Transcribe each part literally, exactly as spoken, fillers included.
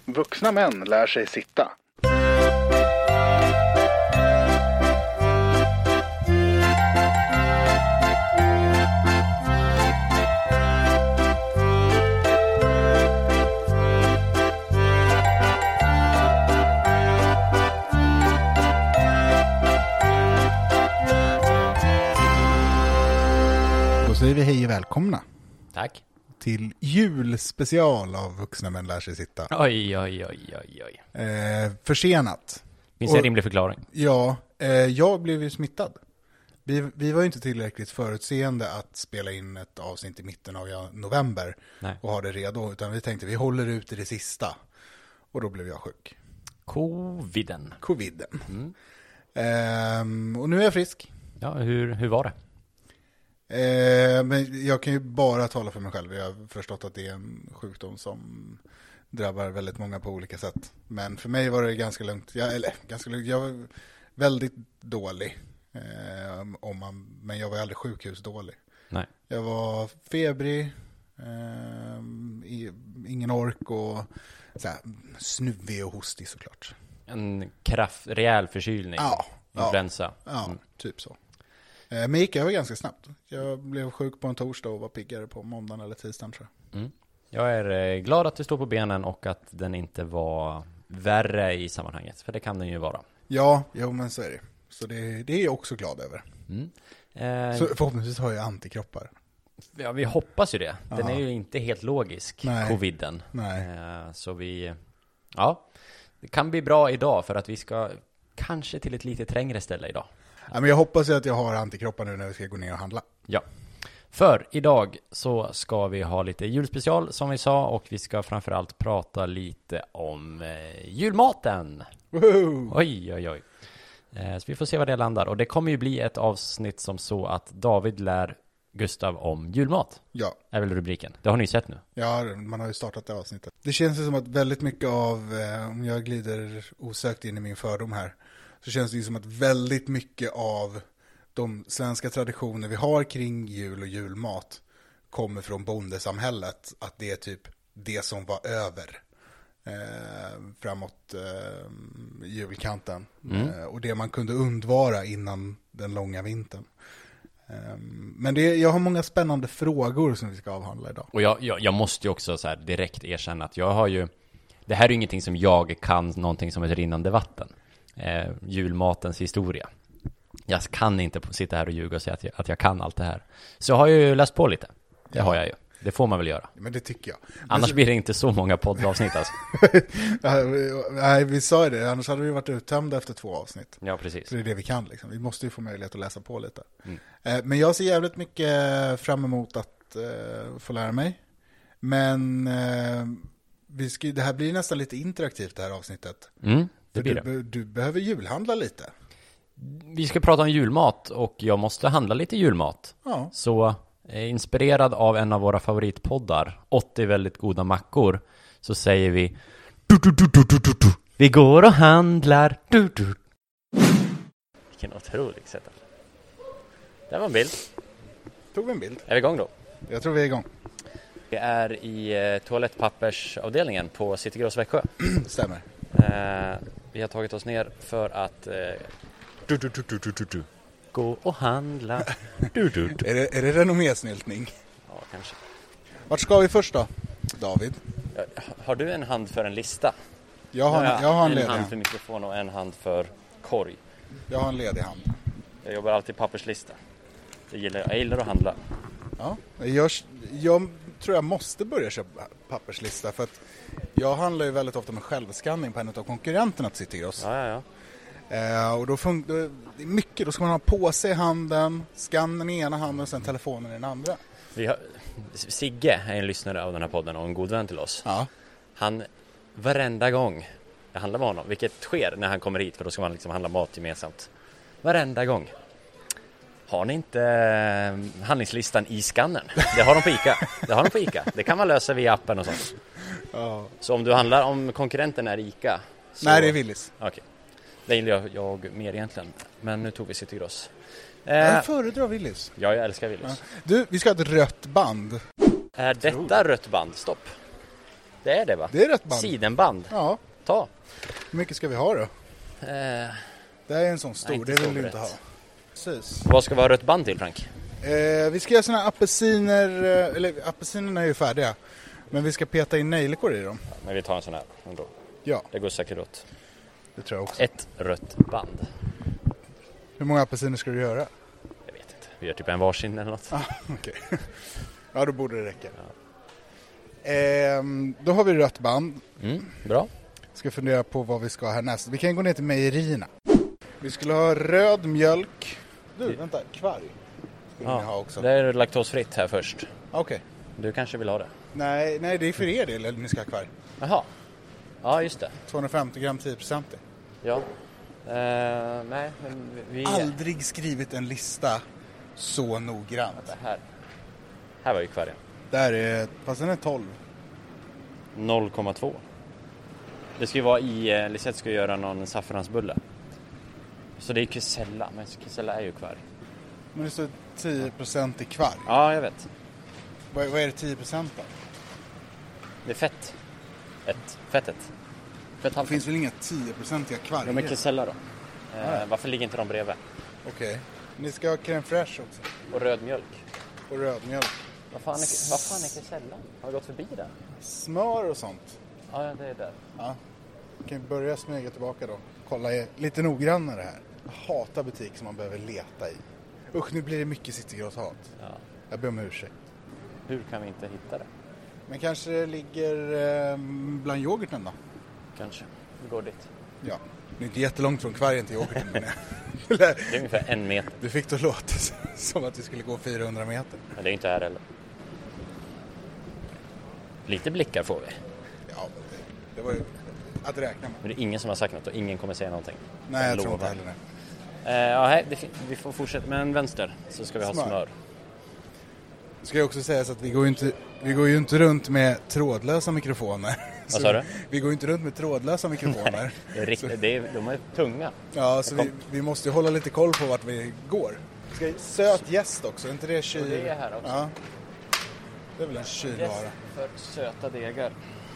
Vuxna män lär sig sitta. Då säger vi hej och välkomna. Tack. Till julspecial av Vuxna män lär sig sitta. Oj, oj, oj, oj, oj. Eh, försenat. Finns det en rimlig förklaring? Ja, eh, jag blev ju smittad. Vi, vi var ju inte tillräckligt förutseende att spela in ett avsnitt i mitten av november. Nej. Och ha det redo. Utan vi tänkte vi håller ut i det sista. Och då blev jag sjuk. Coviden. Coviden. Mm. Eh, och nu är jag frisk. Ja, hur, hur var det? Eh, men jag kan ju bara tala för mig själv. Jag har förstått att det är en sjukdom som drabbar väldigt många på olika sätt. Men för mig var det ganska lugnt. Jag, eller ganska lugnt. Jag var väldigt dålig. Eh, om man, men jag var aldrig sjukhusdålig. Nej. Jag var febrig. Eh, i, ingen ork och så här, snuvig och hostig såklart. En kraft, rejäl förkylning. Ja. Influensa. Ja, Mm. typ så. Men gick över ganska snabbt. Jag blev sjuk på en torsdag och var piggare på måndagen eller tisdagen, tror jag. Mm. Jag är eh, glad att du står på benen och att den inte var värre i sammanhanget. För det kan den ju vara. Ja, jo, men så är det. Så det, det är jag också glad över. Mm. Eh, Så förhoppningsvis har jag antikroppar. ja, vi hoppas ju det. Den Ja. är ju inte helt logisk, Nej. coviden. Nej. Eh, så vi... Ja, det kan bli bra idag för att vi ska kanske till ett lite trängre ställe idag. Ja, men jag hoppas ju att jag har antikroppar nu när vi ska gå ner och handla. Ja, för idag så ska vi ha lite julspecial som vi sa och vi ska framförallt prata lite om eh, julmaten. Woho! Oj, oj, oj. Eh, så vi får se vad det landar och det kommer ju bli ett avsnitt som så att David lär Gustav om julmat. Ja, Är väl rubriken. Det har ni ju sett nu. ja, man har ju startat det avsnittet. Det känns ju som att väldigt mycket av, eh, om jag glider osökt in i min fördom här, så känns det ju som att väldigt mycket av de svenska traditioner vi har kring jul och julmat kommer från bondesamhället. Att det är typ det som var över eh, framåt eh, julkanten. Mm. Eh, och det man kunde undvara innan den långa vintern. Eh, men det, jag har många spännande frågor som vi ska avhandla idag. Och jag, jag, jag måste ju också så här direkt erkänna att jag har ju... Det här är ju ingenting som jag kan någonting som ett rinnande vatten. Eh, julmatens historia. Jag kan inte sitta här och ljuga och säga att jag, att jag kan allt det här. Så jag har ju läst på lite. Det Ja. har jag ju. Det får man väl göra. Men det tycker jag. Annars så, blir det inte så många poddavsnitt alltså. Nej, vi sa ju det. Annars hade vi varit uttömda efter två avsnitt. Ja, precis. Så det är det vi kan liksom. Vi måste ju få möjlighet att läsa på lite. Mm. Eh, men jag ser jävligt mycket fram emot att eh, få lära mig. Men eh, vi ska, det här blir nästan lite interaktivt det här avsnittet. Mm, det För blir du, det. be- du behöver julhandla lite. Vi ska prata om julmat och jag måste handla lite julmat. Ja. Så eh, inspirerad av en av våra favoritpoddar, åttio väldigt goda mackor, så säger vi du, du, du, du, du, du, du. Vi går och handlar du, du. Vilken otrolig setup. Det var en bild. Tog vi en bild? Är vi igång då? Jag tror vi är igång. Vi är i eh, toalettpappersavdelningen på Citygross Växjö. Stämmer. Eh, vi har tagit oss ner för att eh, du, du, du, du, du, du, du. gå och handla. Du, du, du. Är det, är det renommésnyltning? Ja, kanske. Vart ska vi först då, David? Ja, har du en hand för en lista? Jag har, Nu jag har en en ledig hand hand. för mikrofon och en hand för korg. Jag har en ledig hand. Jag jobbar alltid papperslista. Jag gillar, jag gillar att handla. Ja, jag, jag tror jag måste börja köpa papperslista för att jag handlar ju väldigt ofta med självskanning på en av konkurrenterna till Citygross. Ja, ja, ja. Eh, och då funkar det är mycket, då ska man ha på sig handen, skannen i ena handen och sen telefonen i den andra. Vi har, Sigge är en lyssnare av den här podden och en god vän till oss. Ja. Han, varenda gång jag handlar med honom, vilket sker när han kommer hit, för då ska man liksom handla mat gemensamt. Varenda gång. Har ni inte eh, handlingslistan i skannen? Det har de på Ica. Det har de på Ica. Det kan man lösa via appen och sånt. Ja. Så om du handlar, om konkurrenten är Ica. Så... Nej, det är Willys. Okej. Okay. Det gillar jag, jag mer egentligen. Men nu tog vi Citygross. Eh, Jag föredrar Willys. ja, jag älskar Willys. Ja. Du, vi ska ha ett rött band. Är detta rött band? Stopp. Det är det va? Det är rött band. Sidenband. Ja. Ta. Hur mycket ska vi ha då? Eh, Det är en sån stor, Nej, det inte vill så du inte ha. brett. Precis. vad ska vi ha rött band till, Frank? Eh, vi ska göra såna apelsiner, eh, eller apelsinerna är ju färdiga. Men vi ska peta in nejlikor i dem. Ja, men vi tar en sån här ändå. Ja, Det går säkert åt. det tror jag också. Ett rött band. Hur många apelsiner ska du göra? Jag vet inte. Vi gör typ en varsin eller något. Ah, okej. Ja, då borde det räcka. Eh, då har vi rött band. Mm, bra. Ska fundera på vad vi ska ha härnäst. Vi kan gå ner till mejerierna. Vi skulle ha röd mjölk. Du, vänta, kvarg. Skulle ni ha Ja, också. det är laktosfritt här först. Okej. Du kanske vill ha det? Nej, nej, det är för er del, eller ni ska ha kvarg. Jaha. Ja, just det. tvåhundrafemtio gram, tio procent. Ja. Eh, nej, men vi... Aldrig skrivit en lista så noggrant. Det här. Här var ju kvargen. Där är, fast den är tolv. noll komma två. Det ska ju vara i, eh, Lisette ska göra någon saffransbulle. Så det är kesella, men kesella är ju kvarg. Men det står tio procent i kvarg. Ja, jag vet. Vad, vad är det tio procent då? Det är fett. Ett. Fettet. Det Fetthalten. finns väl inga tio procentiga kvarg? Ja, men kesella då? Eh, Ja. varför ligger inte de bredvid? Okej. Ni ska ha crème fraîche också. Och röd mjölk. Och rödmjölk. Vad fan är, vad fan är kesella? Har vi gått förbi den? Smör och sånt. Ja, ja, det är där. Ja. Kan vi börja smyga tillbaka då? Kolla i- lite noggrannare här. Jag hatar butik som man behöver leta i. Usch, nu blir det mycket citygrosshat. Ja. Jag ber om ursäkt. Hur kan vi inte hitta det? Men kanske det ligger eh, bland yoghurten då? Kanske. Vi går dit. Ja. Det är inte jättelångt från kvargen till yoghurten. Men Det är ungefär en meter. du fick det låta som att vi skulle gå fyrahundra meter. Men det är inte här heller. Lite blickar får vi. Ja, men det, det var ju att räkna med. Men det är ingen som har sagt något och ingen kommer säga någonting. Nej, jag tror lovar. inte heller det. Eh, ja, hej, det fin- vi får fortsätta med en vänster. Så ska vi ha Smör. smör. Det ska jag också säga så att vi går ju inte, vi går ju inte runt med trådlösa mikrofoner. Vad Så sa du? Vi går ju inte runt med trådlösa mikrofoner. Det är riktigt, det är, de är tunga. Ja, så Jag vi, vi måste ju hålla lite koll på vart vi går. Ska jag, söt gäst också, är inte det kyl? Och det är här också. Ja. Det är väl en kylvara. Yes, för söta degar.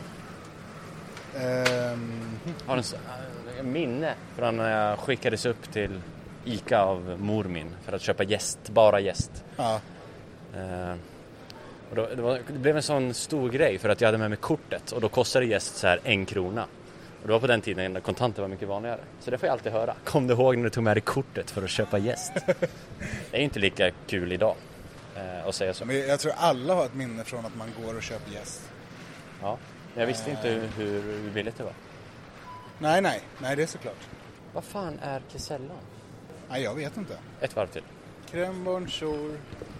Ehm, Har en, s- en minne från när jag skickades upp till Ica av mor min för att köpa gäst, bara gäst. ja. Eh, och då, det, var, det blev en sån stor grej för att jag hade med mig kortet och då kostade gäst så här en krona. Och det var på den tiden när kontanter var mycket vanligare. Så det får jag alltid höra. Kom du ihåg när du tog med dig kortet för att köpa gäst? Det är inte lika kul idag eh, att säga så. Men jag tror alla har ett minne från att man går och köper gäst. Ja. Men jag visste inte hur, hur billigt det var. Nej, nej, nej det är såklart. Vad fan är kesellan? Nej, jag vet inte. Ett varv till. Crème bonjour.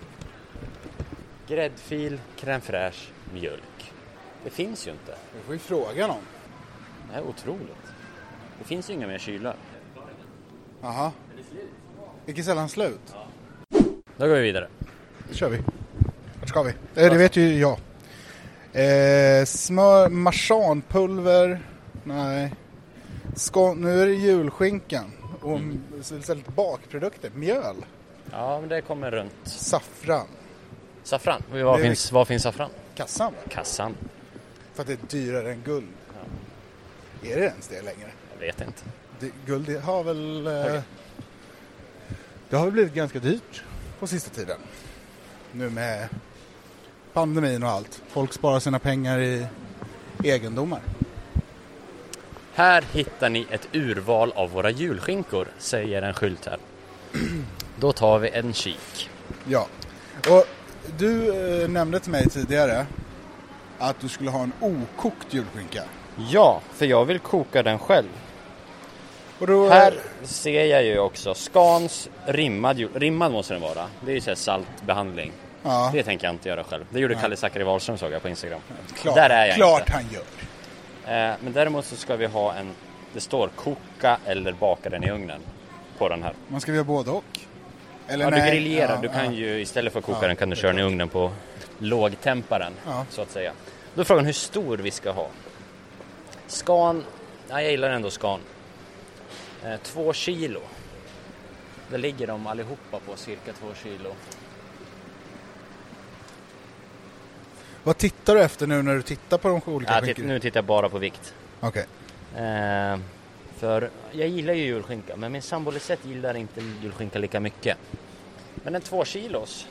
Gräddfil, crème fraîche, mjölk. Det finns ju inte. Vi får ju fråga någon. Det är otroligt. Det finns ju inga mer kylar. Jaha. Vilket sällan slut. Då går vi vidare. Då kör vi. Vart ska vi? Eh, det vet ju jag. Eh, smör, marsanpulver. Nej. Ska, nu är det julskinkan. Och mm. så lite bakprodukter. Mjöl. Ja, men det kommer runt. Saffran. Saffran. Var Det är finns, var finns saffran? Kassan. Kassan. För att det är dyrare än guld. Ja. Är det ens det längre? Jag vet inte. Det, guld det har väl... Eh, Okej. det har väl blivit ganska dyrt på sista tiden. Nu med pandemin och allt. Folk sparar sina pengar i egendomar. Här hittar ni ett urval av våra julskinkor, säger en skylt här. Då tar vi en kik. Ja. Och du eh, nämnde till mig tidigare att du skulle ha en okokt julskinka. Ja, för jag vill koka den själv. Och då, Här ser jag ju också Scans rimmad jul. Rimmad måste den vara. Det är ju så här saltbehandling. ja, Det tänker jag inte göra själv. Det gjorde Kalle Zackari Wahlström, såg jag på Instagram. klart, Där är jag klart inte. han gör. Eh, men däremot så ska vi ha en, det står koka eller baka den i ugnen på den här. Man ska göra både och. Eller Ja, du nej, grillerar. ja, Du kan ja. ju istället för att koka Ja, den kan du det köra den i är klart. ugnen på lågtemparen, Ja. så att säga. Då är frågan hur stor vi ska ha. Scan, ja, jag gillar ändå scan. Eh, två kilo. Där ligger de allihopa på cirka två kilo. Vad tittar du efter nu när du tittar på de olika Ja, skinkor? titt, nu tittar jag bara på vikt. Okej. Eh, för jag gillar ju julskinka, men min sambo Lisette gillar inte julskinka lika mycket. Men en två kilos.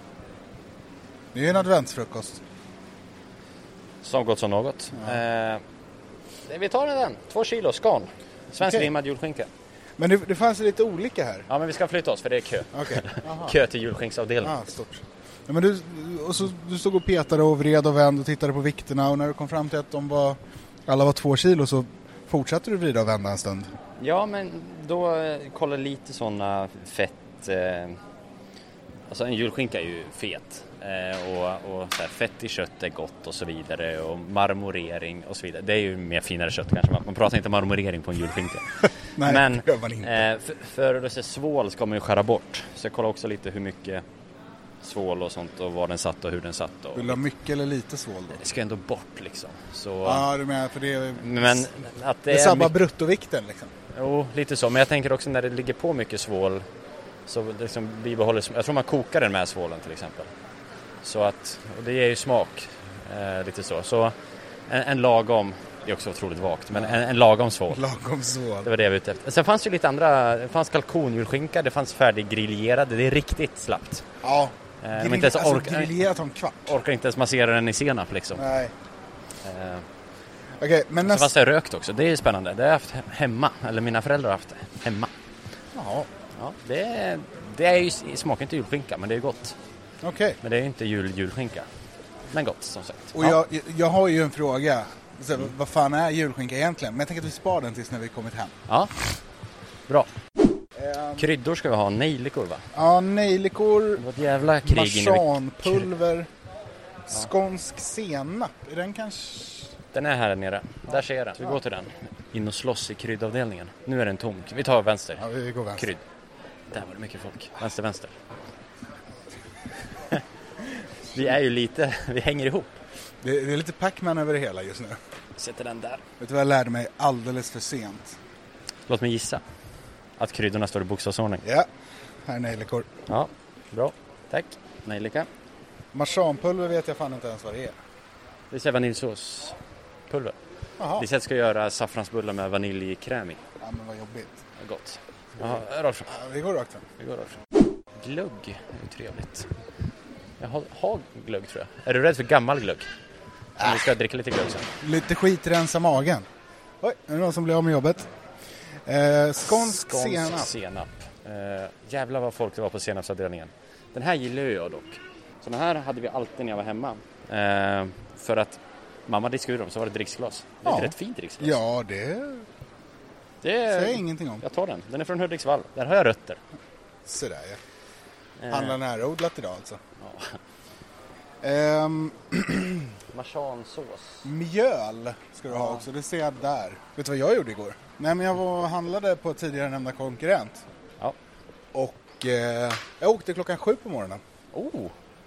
Det är ju en adventsfrukost. Som gott som något. Ja. Eh, vi tar den, två kilo skan. Svensk Okej. rimmad julskinka. Men det, det fanns lite olika här. Ja, men vi ska flytta oss för det är kö. Okej. Kö till julskinksavdelningen. Ah, stort. Ja, men du, och så, du stod och petade och vred och vände och tittade på vikterna. Och när du kom fram till att de var, alla var två kilo så fortsatte du vrida och vända en stund. Ja, men då eh, kolla lite sådana fett... Eh, alltså en julskinka är ju fet. Eh, och och så här, fett i kött är gott och så vidare. Och marmorering och så vidare. Det är ju mer finare kött kanske. Man, man pratar inte marmorering på en julskinka. Nej, men det gör man inte. Eh, för, för att se svål ska man ju skära bort. Så jag kollar också lite hur mycket svål och sånt och var den satt och hur den satt. Och Vill du ha mycket eller lite svål då? det ska ändå bort liksom. Så, Ja, du menar för det är, men att det det är är samma mycket, bruttovikten liksom. jo, lite så. Men jag tänker också när det ligger på mycket svål så det liksom bibehåller, jag tror man kokar den med svålen till exempel. Så att, och det ger ju smak eh, lite så. Så en, en lagom, det är också otroligt vagt, men en, en lagom svål. Lagom svål. Det var det jag var ute efter. Sen fanns ju lite andra, det fanns kalkonjulskinka, det fanns färdiggriljerad, det är riktigt slappt. Ja, Eh, grill, men inte ens alltså orka, grillerat om kvart. orkar inte ens massera den i senap liksom. Nej. Eh, Okej, men så nästa... fanns det rökt också, det är spännande. Det har jag haft hemma, eller mina föräldrar har haft det hemma. Jaha, Ja, det, det är ju, smakar inte julskinka, men det är gott. okej. Men det är ju inte jul, julskinka. Men gott som sagt. Och Ja. jag, jag har ju en fråga. Så, vad fan är julskinka egentligen? Men jag tänker att vi spar den tills när vi kommit hem. Ja, bra. Um, Kryddor ska vi ha, nejlikor va? ja, nejlikor, Det var ett jävla krig innan vi... marsanpulver, skånsk senap. Är den kanske... Den är här nere, där ser jag den. Så vi går till den. In och slåss i kryddavdelningen. Nu är den tom. Vi tar vänster. Ja, vi går vänster. Krydd. Där var det mycket folk. Vänster, vänster. Vi är ju lite, vi hänger ihop. Det, det är lite Pac-Man över det hela just nu. Sätter den där. Vet du vad jag lärde mig alldeles för sent? Låt mig gissa. Att kryddorna står i bokstavsordning. Ja, här är nejlikor. Ja, bra. Tack. Nejlika. Marsanpulver vet jag fan inte ens vad det är. Det är vaniljsåspulver. Jaha, Lisette ska göra saffransbullar med vaniljkräm i. ja, men vad jobbigt. Det är gott. Jaha, rakt fram. Ja, vi går rakt fram. Vi går rakt fram. Glögg är ju trevligt. Jag har, har glögg tror jag. Är du rädd för gammal glögg? Om vi ska dricka lite glögg sen. Lite skit rensa magen. Oj, är det någon som blir av med jobbet? Eh, skånsk senap. senap. Eh, jävlar vad folk det var på senapsavdelningen. Den här gillar ju jag dock. Så den här hade vi alltid när jag var hemma. Eh, för att mamma diskade ur dem så var det dricksglas. Det är Ja. ett rätt fint dricksglas. Ja, det Det säger jag är, ingenting om. jag tar den. Den är från Hudiksvall. Där har jag rötter. Sådär ja. Eh, Handlar närodlat idag alltså. ja. Ehm, Marsansås. mjöl ska du ha också, det ser jag där. Vet du vad jag gjorde igår? Nej, men jag var och handlade på tidigare nämnda konkurrent. Ja. Och eh, jag åkte klockan sju på morgonen. Oh,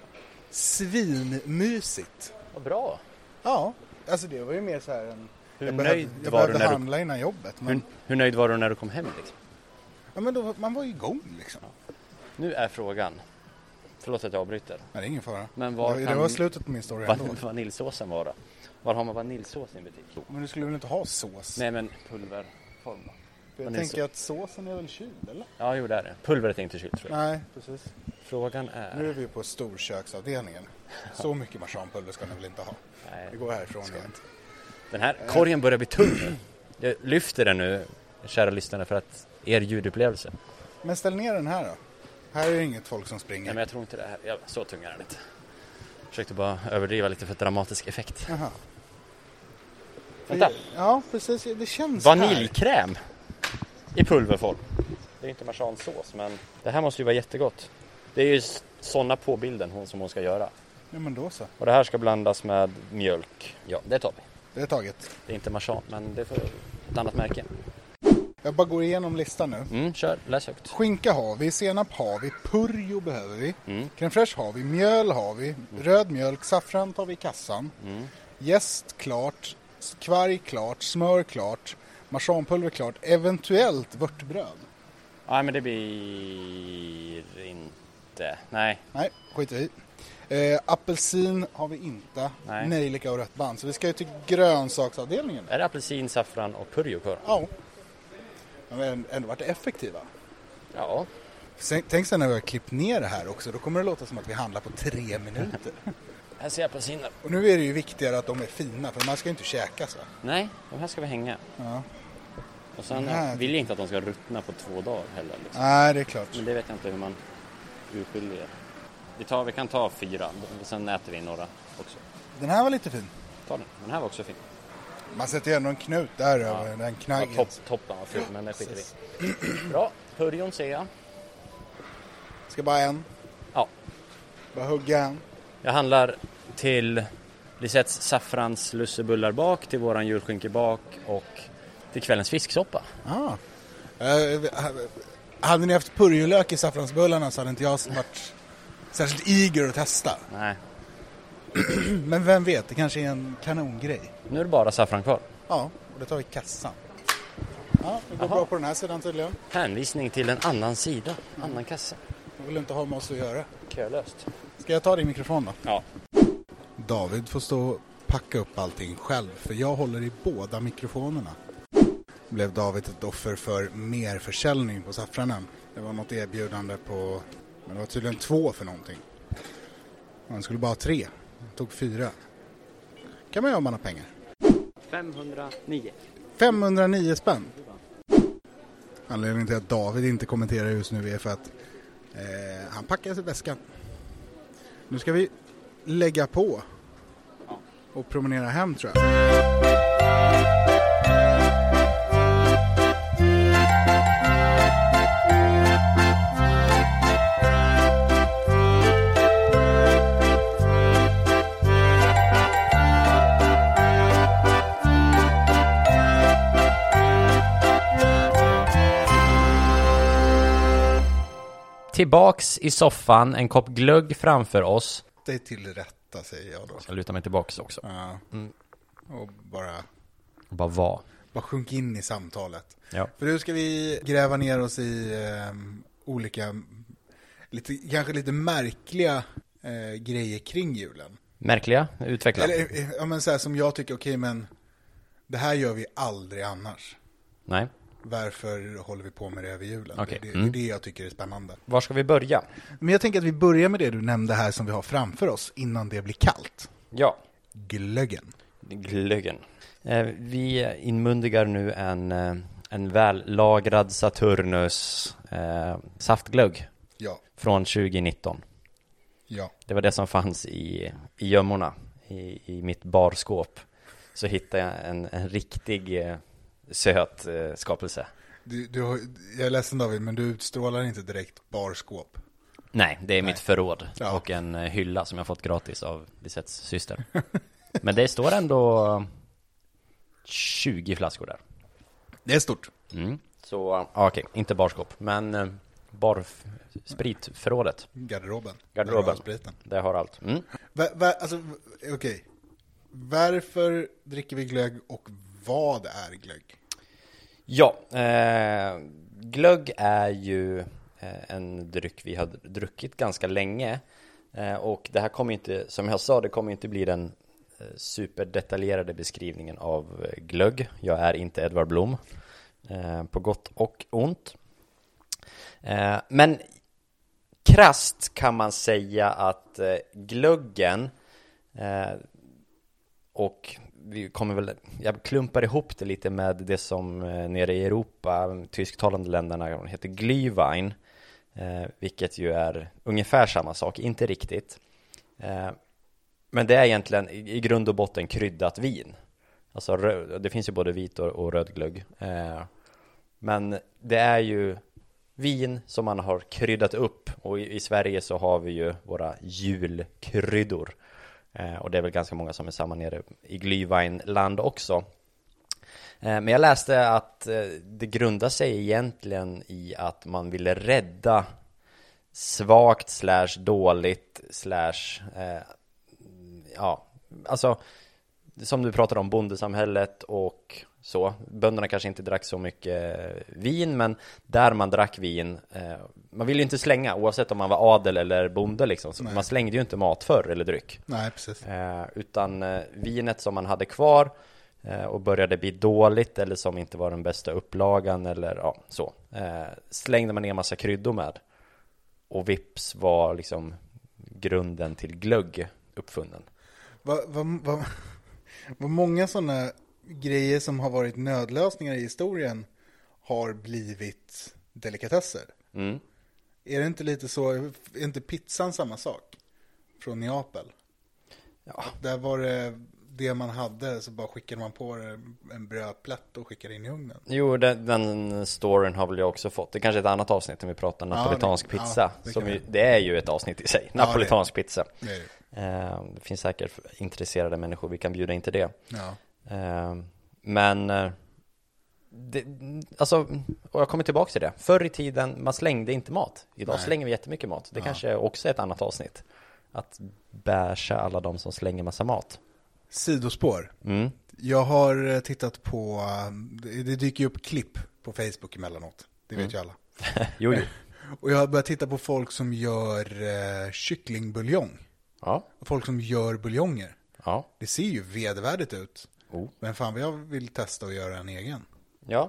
Svinmysigt. vad bra. Ja, alltså det var ju mer så här en... Hur jag nöjd behövde, jag var du behövde när du, handla innan jobbet. Men, hur, hur nöjd var du när du kom hem liksom? ja, men då, man var ju igång liksom. Nu är frågan. Förlåt att jag avbryter. Nej, det är ingen fara. Men var det, det kan var slutet på min story van, ändå. vaniljsåsen vara? Var har man vaniljsås i en butik? Men du skulle väl inte ha sås? Nej men pulverform då? För jag vaniljsås. tänker att såsen är väl kyld, eller? Ja, jo det är det. Pulveret är inte kylt tror jag. Nej, precis. Frågan Nu är är... vi ju på storköksavdelningen. Så mycket marsanpulver ska ni väl inte ha? Nej, Vi går härifrån igen. den här korgen börjar bli tung. Jag lyfter den nu, kära lyssnare, för att er ljudupplevelse. Men ställ ner den här då. Här är det inget folk som springer. Nej men jag tror inte det här. Ja, så tung är den inte. Försökte bara överdriva lite för dramatisk effekt. Jaha. Vänta. Ja, precis. Det känns här. Vaniljkräm i pulverform. Det är inte marsansås, men det här måste ju vara jättegott. Det är ju sådana på bilden hon, som hon ska göra. Ja, men då så. Och det här ska blandas med mjölk. Ja, det tar vi. Det är taget. Det är inte marsan, men det är för ett annat märke. Jag bara går igenom listan nu. Mm, kör, läs högt. Skinka har vi, senap har vi, purjo behöver vi, Mm. crème fraîche har vi, mjöl har vi, röd mjölk, saffran tar vi i kassan, Mm. jäst klart, kvarg klart, smör klart, marsanpulver klart, eventuellt vörtbröd. Nej, men det blir inte. Nej. Nej, skit i. Eh, apelsin har vi inte. Nej. Nejlika och rött band. Så vi ska ju till grönsaksavdelningen. Är det apelsin, saffran och purjo kvar? Ja. De har ändå varit effektiva. Ja. Tänk sen när vi har klippt ner det här också. Då kommer det låta som att vi handlar på tre minuter. Här ser apelsiner. Och nu är det ju viktigare att de är fina. För man ska ju inte käka så. Nej, de här ska vi hänga. Ja. Och sen Nej. vill jag inte att de ska ruttna på två dagar heller. Liksom. Nej, det är klart. Men det vet jag inte hur man urskiljer. Vi, tar, vi kan ta fyra. Sen äter vi några också. Den här var lite fin. Ta den. Den här var också fin. Man sätter ju ändå en knut där Ja. över den knaggen. Ja, topp, toppen var ful, men det skiter vi. Bra, purjon ser jag. Ska bara en. Ja. Bara hugga en. Jag handlar till Lisettes saffrans lussebullar bak, till våran julskinka bak och till kvällens fisksoppa. Ah. Uh, hade ni haft purjolök i saffransbullarna så hade inte jag varit särskilt eager att testa. Nej, Men vem vet, det kanske är en kanongrej. nu är det bara saffran kvar. Ja, och det tar vi i kassan. Ja, det går Aha. bra på den här sidan tydligen. Hänvisning till en annan sida, annan kassa. Jag vill inte ha med oss att göra. Kölöst. Ska jag ta din mikrofon då? Ja. David får stå och packa upp allting själv, för jag håller i båda mikrofonerna. Blev David ett offer för mer försäljning på saffranen. Det var något erbjudande på, men det var tydligen två för någonting. Han skulle bara ha tre. Han tog fyra. Kan man göra om man har pengar. femhundranio. femhundranio spänn. Anledningen till att David inte kommenterar just nu är för att eh, han packar sig väskan. Nu ska vi lägga på och promenera hem, tror jag. Tillbaks i soffan, en kopp glögg framför oss. Det är till rätta, säger jag då. Jag lutar mig tillbaks också. Ja. Mm. Och bara, Bara vad? bara sjunk in i samtalet. Ja. För nu ska vi gräva ner oss i eh, olika, lite, kanske lite märkliga eh, grejer kring julen. Märkliga? Utveckla. Eller, eh, ja, men så här, som jag tycker, okej, men det här gör vi aldrig annars. Nej. Varför håller vi på med det över julen? Okej. Det, det, Mm. det är det jag tycker är spännande. Var ska vi börja? Men jag tänker att vi börjar med det du nämnde här som vi har framför oss innan det blir kallt. Ja. Glöggen. Glöggen. Eh, vi inmundigar nu en, eh, en vällagrad Saturnus eh, saftglögg Ja, från tjugonitton. ja. Det var det som fanns i, i gömmorna, i, i mitt barskåp. Så hittade jag en, en riktig eh, söt eh, skapelse. Du, du har, jag är ledsen David, men du utstrålar inte direkt barskåp. Nej, det är Nej. mitt förråd Ja. och en eh, hylla som jag fått gratis av Lisettes syster. Men det står ändå tjugo flaskor där. Det är stort. Mm. Så, ja, okej, inte barskåp, men eh, bar spritförrådet. Garderoben. Garderoben. Där du har spriten. Det har allt. Mm. Va, va, alltså, okej. Varför dricker vi glögg och vad är glögg? Ja, eh, glögg är ju eh, en dryck vi har druckit ganska länge. Eh, och det här kommer inte, som jag sa, det kommer inte bli den eh, superdetaljerade beskrivningen av eh, glögg. Jag är inte Edvard Blom, eh, på gott och ont. Eh, men krasst kan man säga att eh, glöggen eh, och vi kommer väl, jag klumpar ihop det lite med det som eh, nere i Europa, tysktalande länderna, heter Glühwein, eh, vilket ju är ungefär samma sak, inte riktigt. Eh, men det är egentligen i, i grund och botten kryddat vin. Alltså röd, det finns ju både vit och, och röd glögg. Eh, men det är ju vin som man har kryddat upp, och i, i Sverige så har vi ju våra julkryddor. Eh, och det är väl ganska många som är samma nere i Glühweinland också. Eh, men jag läste att eh, det grundar sig egentligen i att man ville rädda svagt slash dåligt slash eh, ja, alltså som du pratade om, bondesamhället och så. Bönderna kanske inte drack så mycket vin, men där man drack vin, eh, man ville ju inte slänga, oavsett om man var adel eller bonde liksom. Så man slängde ju inte mat för eller dryck. Nej, precis. Eh, utan eh, vinet som man hade kvar eh, och började bli dåligt eller som inte var den bästa upplagan eller ja, så. Eh, slängde man ner massa kryddor med. Och vips var liksom grunden till glögg uppfunnen. Vad vad vad vad många sådana grejer som har varit nödlösningar i historien har blivit delikatesser. Mm. Är det inte lite så, är inte pizzan samma sak från Neapel? Ja. Där var det det man hade, så bara skickade man på en brödplätt och skickade in i ugnen. Jo, den, den storyn har väl jag också fått. Det är kanske är ett annat avsnitt om vi pratar napolitansk ja, det, pizza. ja, det, som ju, det är ju ett avsnitt i sig. Ja, napolitansk det, pizza. Det, är det. Eh, det finns säkert intresserade människor, vi kan bjuda in till det. Ja. Eh, men eh, det, alltså, och jag kommer tillbaka till det. Förr i tiden, man slängde inte mat. Idag Nej. slänger vi jättemycket mat. Det Ja. kanske också är ett annat avsnitt. Att bärsa alla de som slänger massa mat. Sidospår. Mm. Jag har tittat på, det dyker ju upp klipp på Facebook emellanåt. Det vet Mm. ju alla. jo, jo. Och jag har börjat titta på folk som gör eh, kycklingbuljong. Ja, Folk som gör buljonger. ja. Det ser ju vedervärdigt ut. Oh. Men fan vad jag vill testa att göra en egen. Ja,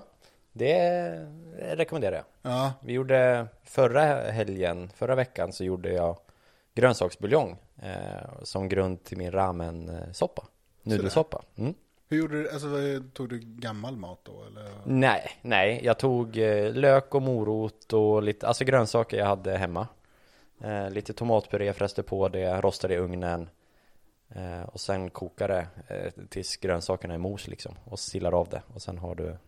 det rekommenderar jag. Ja, Vi gjorde förra helgen, förra veckan så gjorde jag grönsaksbuljong eh, som grund till min ramen-soppa. Nudelsoppa. Mm. hur gjorde du, alltså vad- tog du gammal mat då eller? Nej, nej, jag tog eh, lök och morot och lite, alltså grönsaker jag hade hemma. Eh, lite tomatpuré, fräste på det, rostade i ugnen. Eh, och sen kokade eh, tills grönsakerna är mos liksom. Och sillar av det. Och sen har du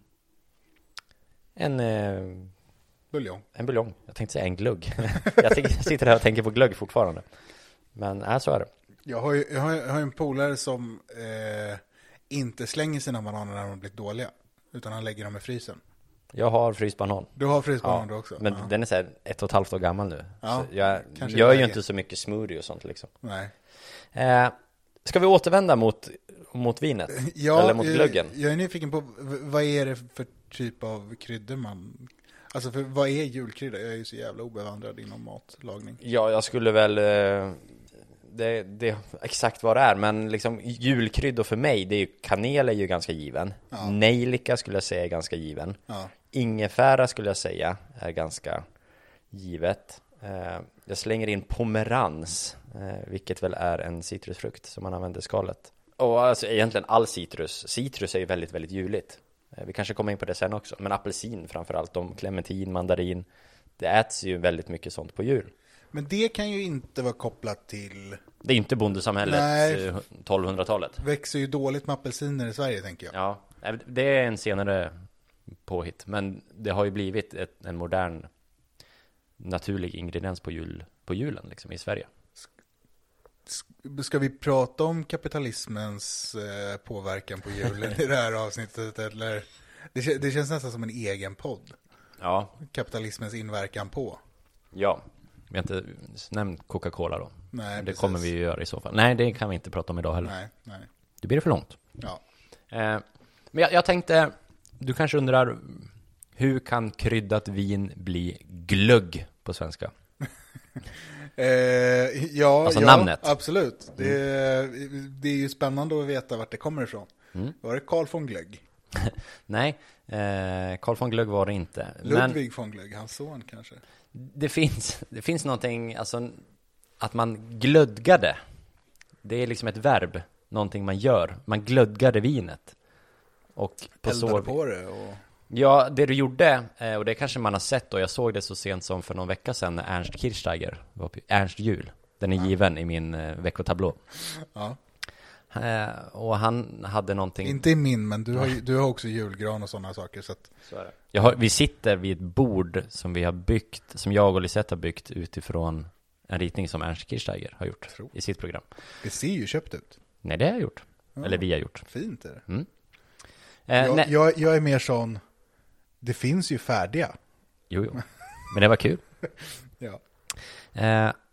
en, eh, Buljong. en buljong. Jag tänkte säga en glugg. jag tänker, sitter här och tänker på glögg fortfarande. Men äh, så är det. Jag har ju jag har, jag har en polare som eh, inte slänger sina bananer när de har blivit dåliga. Utan han lägger dem i frysen. Jag har frysbanan. Du har frysbanan Ja, du också? men ja. den är så här ett och ett halvt år gammal nu. Ja, Så jag kanske gör ju läge. inte så mycket smoothie och sånt liksom. Nej. Eh, ska vi återvända mot, mot vinet? Ja, Eller mot glöggen? Jag, jag är nyfiken på v- vad är det för typ av kryddor man... Alltså för, vad är julkrydda? Jag är ju så jävla obevandrad inom matlagning. Ja, jag skulle väl... Eh, det, det exakt vad det är. Men liksom julkryddor för mig, det är ju, kanel är ju ganska given. Ja. Nejlika skulle jag säga är ganska given. Ja. Ingefära skulle jag säga är ganska givet. Eh, jag slänger in pomerans, eh, vilket väl är en citrusfrukt som man använder skalet. Och alltså egentligen all citrus. Citrus är ju väldigt, väldigt juligt. Eh, vi kanske kommer in på det sen också. Men apelsin framförallt, om clementin, mandarin. Det äts ju väldigt mycket sånt på jul. Men det kan ju inte vara kopplat till... Det är inte bondesamhället Nej. eh, tolvhundratalet. Växer ju dåligt med apelsiner i Sverige, tänker jag. Ja, det är en senare påhitt. Men det har ju blivit ett, en modern naturlig ingrediens på, jul, på julen liksom, i Sverige. Ska vi prata om kapitalismens eh, påverkan på julen i det här avsnittet? Eller? Det, kä- det känns nästan som en egen podd. Ja, Kapitalismens inverkan på. ja. Vi har inte nämnt Coca-Cola då. Nej, Det precis. kommer vi ju göra i så fall. Nej, det kan vi inte prata om idag heller. Nej, nej. Det blir för långt. Ja. Eh, men jag, jag tänkte, du kanske undrar, hur kan kryddat vin bli glögg på svenska? Eh, ja, Alltså ja, namnet. absolut. Det, det är ju spännande att veta vart det kommer ifrån. Mm. Var det Carl von Glögg? Nej, eh, Carl von Glögg var det inte. Men Ludvig von Glögg, hans son kanske? det finns, det finns någonting, alltså att man glödgade. Det är liksom ett verb, någonting man gör. Man glödgade vinet. Och på Eldade så... på det och... Ja, det du gjorde, eh, och det kanske man har sett, och jag såg det så sent som för någon vecka sedan när Ernst Kirchsteiger var på Ernst jul. Den är Ja. given i min eh, veckotablå. Ja. Eh, och han hade någonting... Inte i min, men du har, ju- du har också julgran och sådana saker. Så att, Så är det. Jag har, vi sitter vid ett bord som vi har byggt, som jag och Lisette har byggt utifrån en ritning som Ernst Kirchsteiger har gjort Tro. i sitt program. det ser ju köpt ut. Nej, det har jag gjort. Ja. Eller vi har gjort. Fint är det. Mm. Eh, Jag, nej. jag, jag är mer sån, det finns ju färdiga. Jo, jo. Men det var kul. Ja. Eh,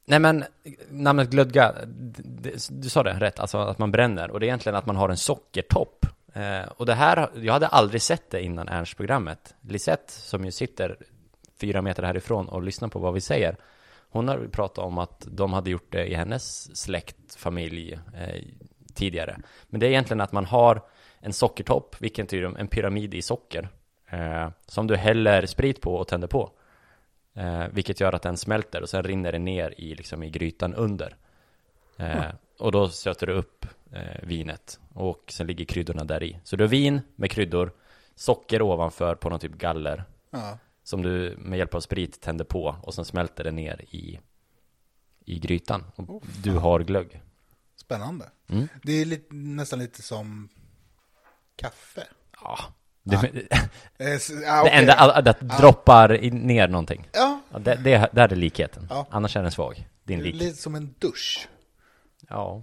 Nej, men namnet glödga, d- du sa det rätt, alltså att man bränner. Och det är egentligen att man har en sockertopp. Eh, och det här, jag hade aldrig sett det innan Ernst-programmet. Lisette, som ju sitter fyra meter härifrån och lyssnar på vad vi säger, hon har pratat om att de hade gjort det i hennes släkt, familj eh, tidigare. Men det är egentligen att man har en sockertopp, vilket är en pyramid i socker, eh, som du häller sprit på och tänder på. Eh, vilket gör att den smälter och sen rinner det ner i, liksom, i grytan under. Eh, mm. Och då söter du upp eh, vinet och sen ligger kryddorna där i. Så du har vin med kryddor, socker ovanför på någon typ galler. Ja. Som du med hjälp av sprit tänder på och sen smälter det ner i, i grytan. Och oh, du har glögg. Spännande. Mm. Det är lite, nästan lite som kaffe. Ja. Det, ah. det, ah, okay. det enda att det ah. droppar i, ner någonting. Ja. Ja, det, det, där är likheten. Ja. Annars är den svag. Din lik. Lite som en dusch. Ja.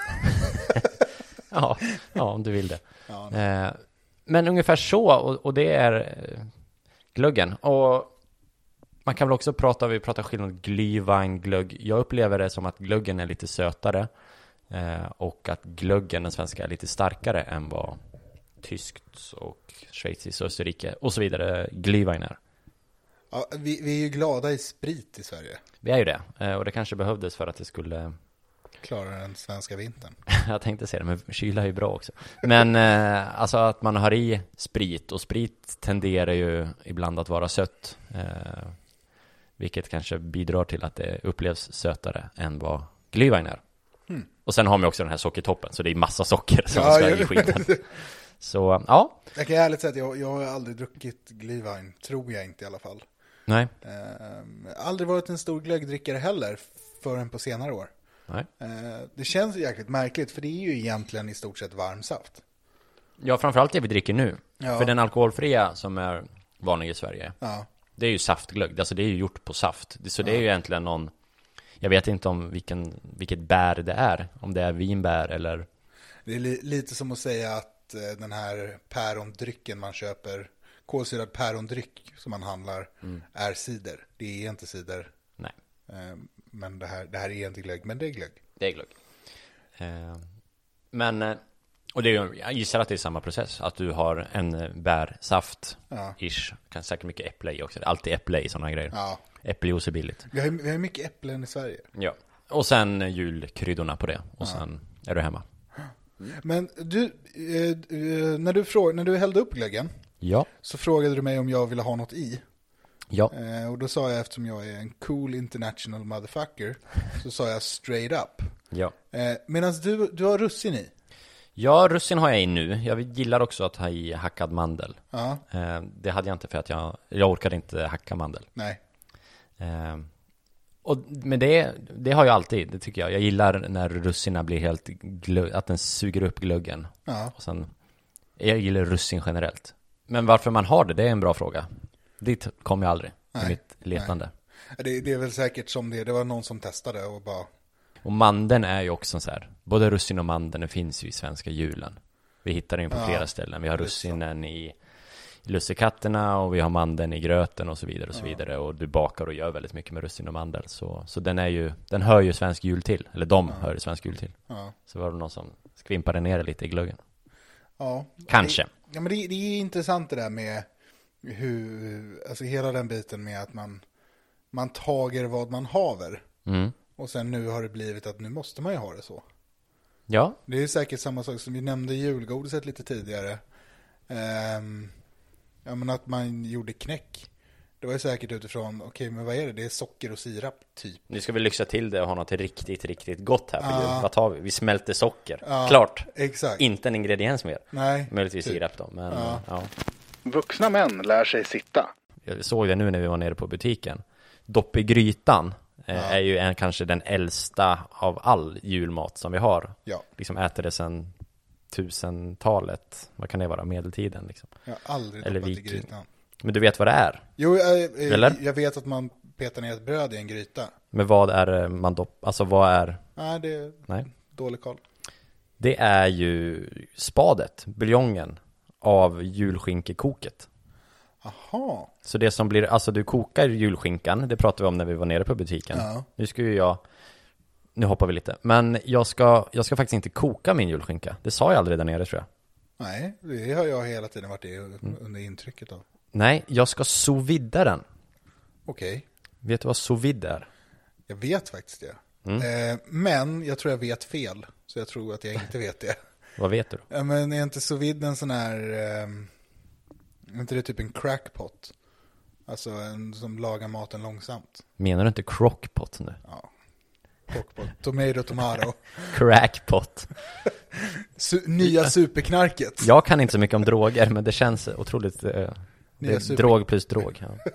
ja. Ja, om du vill det. Ja, eh, men ungefär så, och, och det är eh, glöggen. Och man kan väl också prata, vi pratar skillnad glühwein, glögg. Jag upplever det som att glöggen är lite sötare eh, och att glöggen, den svenska, är lite starkare än vad tyskt och schweiziskt, Österrike och så vidare glühwein är. Ja, vi, vi är ju glada i sprit i Sverige. Vi är ju det, eh, och det kanske behövdes för att det skulle klara den svenska vintern. Jag tänkte säga det, men kyla är ju bra också. Men eh, alltså att man har i sprit, och sprit tenderar ju ibland att vara sött. Eh, vilket kanske bidrar till att det upplevs sötare än vad glühwein är. Mm. Och sen har man också den här sockertoppen, så det är massa socker som ja, ska i skiten. Så, ja. Jag kan ärligt säga att jag, jag har aldrig druckit glühwein, tror jag inte i alla fall. Nej. Eh, aldrig varit en stor glöggdrickare heller förrän på senare år. Nej. Eh, det känns jäkligt märkligt, för det är ju egentligen i stort sett varm saft. Ja, framförallt det vi dricker nu. Ja. För den alkoholfria som är vanlig i Sverige, ja. Det är ju saftglögg. Alltså det är ju gjort på saft. Så det är ja. ju egentligen någon, jag vet inte om vilken, vilket bär det är. Om det är vinbär eller... Det är li- lite som att säga att eh, den här pärondrycken man köper, kolsyrad pärondryck som man handlar, mm. är cider. Det är inte cider. Nej. Eh, men det här, det här är inte glögg, men det är glögg. Det är glögg. Eh, men, och det är ju, jag gissar att det är samma process. Att du har en bärsaft, ja. ish. Kan säkert mycket äpple i också. Alltid äpple i sådana grejer. Ja. Äppeljuice är billigt. Vi har, vi har mycket äpplen i Sverige. Ja. Och sen julkryddorna på det. Och ja. sen är du hemma. Men du, eh, när, du frå- när du hällde upp glöggen, ja. så frågade du mig om jag ville ha något i. Ja. Eh, och då sa jag, eftersom jag är en cool international motherfucker, så sa jag straight up. Ja. Eh, Medan du, du har russin i. Ja, russin har jag i nu. Jag gillar också att ha i hackad mandel. Ja. Eh, det hade jag inte för att jag, jag orkade inte hacka mandel. Nej. Eh, och, men det, det har jag alltid, det tycker jag. Jag gillar när russina blir helt glögg, att den suger upp glöggen. Ja. Och sen, jag gillar russin generellt. Men varför man har det, det är en bra fråga. Dit kom jag aldrig i mitt letande. Det, det är väl säkert som det. Det var någon som testade och bara... Och mandeln är ju också så här. Både russin och mandeln finns ju i svenska julen. Vi hittar den på ja, flera ställen. Vi har russinen i lussekatterna och vi har mandeln i gröten och så vidare och så ja. vidare. Och du bakar och gör väldigt mycket med russin och mandel. Så, så den är ju, den hör ju svensk jul till. Eller de ja. hör ju svensk jul till. Ja. Så var det någon som skvimpade ner lite i glöggen. Ja. Kanske. Det, ja, men det, det är intressant det där med hur, alltså hela den biten med att man man tager vad man haver. Mm. Och sen nu har det blivit att nu måste man ju ha det så. Ja. Det är säkert samma sak som vi nämnde julgodiset lite tidigare. Um, ja, men att man gjorde knäck. Det var ju säkert utifrån, okej, okay, men vad är det? Det är socker och sirap typ. Nu ska vi lyxa till det och ha något riktigt, riktigt gott här för ah. jul. Vad tar vi? Vi smälter socker. Ah, klart. Exakt. Inte en ingrediens mer. Nej. Möjligtvis typ. sirap då. Men, ah. ja. Vuxna män lär sig sitta. Jag såg det nu när vi var nere på butiken. Dopp i grytan eh, ja. är ju en, kanske den äldsta av all julmat som vi har. Ja. Liksom äter det sedan tusentalet. Vad kan det vara? Medeltiden liksom. Jag har aldrig Eller doppat viking. i grytan. Men du vet vad det är? Jo, jag, Eller? jag vet att man petar ner ett bröd i en gryta. Men vad är man dopp? Alltså vad är... Nej, det är Nej. dålig koll. Det är ju spadet, buljongen av julskinkekoket. Aha. Så det som blir, alltså du kokar julskinkan, det pratade vi om när vi var nere på butiken. Ja. Nu ska ju jag, nu hoppar vi lite, men jag ska, jag ska faktiskt inte koka min julskinka. Det sa jag aldrig där nere, tror jag. Nej, det har jag hela tiden varit i, under intrycket av. Nej, jag ska sous vide den. Okej. Okay. Vet du vad sous vide är? Jag vet faktiskt det. Mm. Eh, men jag tror jag vet fel. Så jag tror att jag inte vet det. Vad vet du då? Ja, men är inte sous vide en sån här... Eh, är inte det typ en crackpot? Alltså en som lagar maten långsamt. Menar du inte crockpot nu? Ja. Crockpot. Tomato, tomato. Crackpot. Su- nya superknarket. Jag kan inte så mycket om droger, men det känns otroligt... Eh, det är super... drog plus drog. Ja.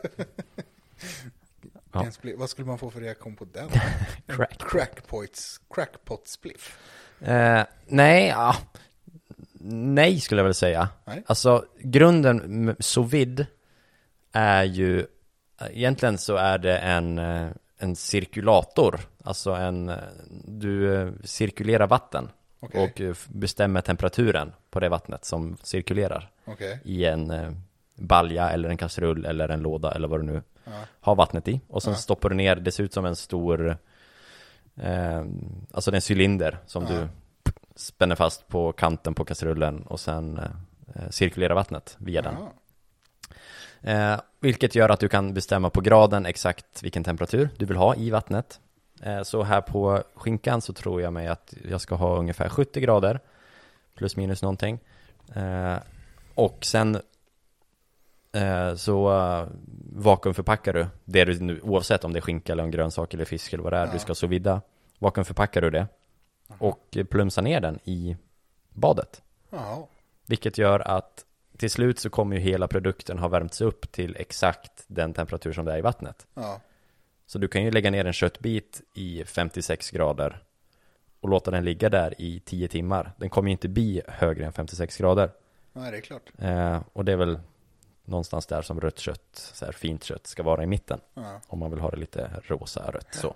Ja. Vad skulle man få för reaktion på den? Crack. Crackpots, crackpot spliff. Eh, nej, ja. Nej skulle jag väl säga. Nej. Alltså grunden sous vide är ju, egentligen så är det en, en cirkulator. Alltså en, du cirkulerar vatten. Okay. Och bestämmer temperaturen på det vattnet som cirkulerar. Okay. I en balja eller en kastrull eller en låda eller vad du nu ja. har vattnet i. Och sen ja. stoppar du ner, det ser ut som en stor, eh, alltså det är en cylinder som ja. du spänner fast på kanten på kastrullen och sen eh, cirkulerar vattnet via den. Eh, vilket gör att du kan bestämma på graden exakt vilken temperatur du vill ha i vattnet. Eh, så här på skinkan så tror jag mig att jag ska ha ungefär sjuttio grader plus minus någonting. Eh, och sen eh, så uh, vakuumförpackar du det du nu, oavsett om det är skinka eller en grönsak eller fisk eller vad det är, ja. du ska så vidda. Vakuumförpackar du det och plumsar ner den i badet. Ja. Vilket gör att till slut så kommer ju hela produkten ha värmts upp till exakt den temperatur som det är i vattnet. Ja. Så du kan ju lägga ner en köttbit i femtiosex grader och låta den ligga där i tio timmar. Den kommer ju inte bli högre än femtiosex grader. Nej, det är klart. Eh, och det är väl någonstans där som rött kött, så här fint kött, ska vara i mitten. Ja. Om man vill ha det lite rosa, rött så.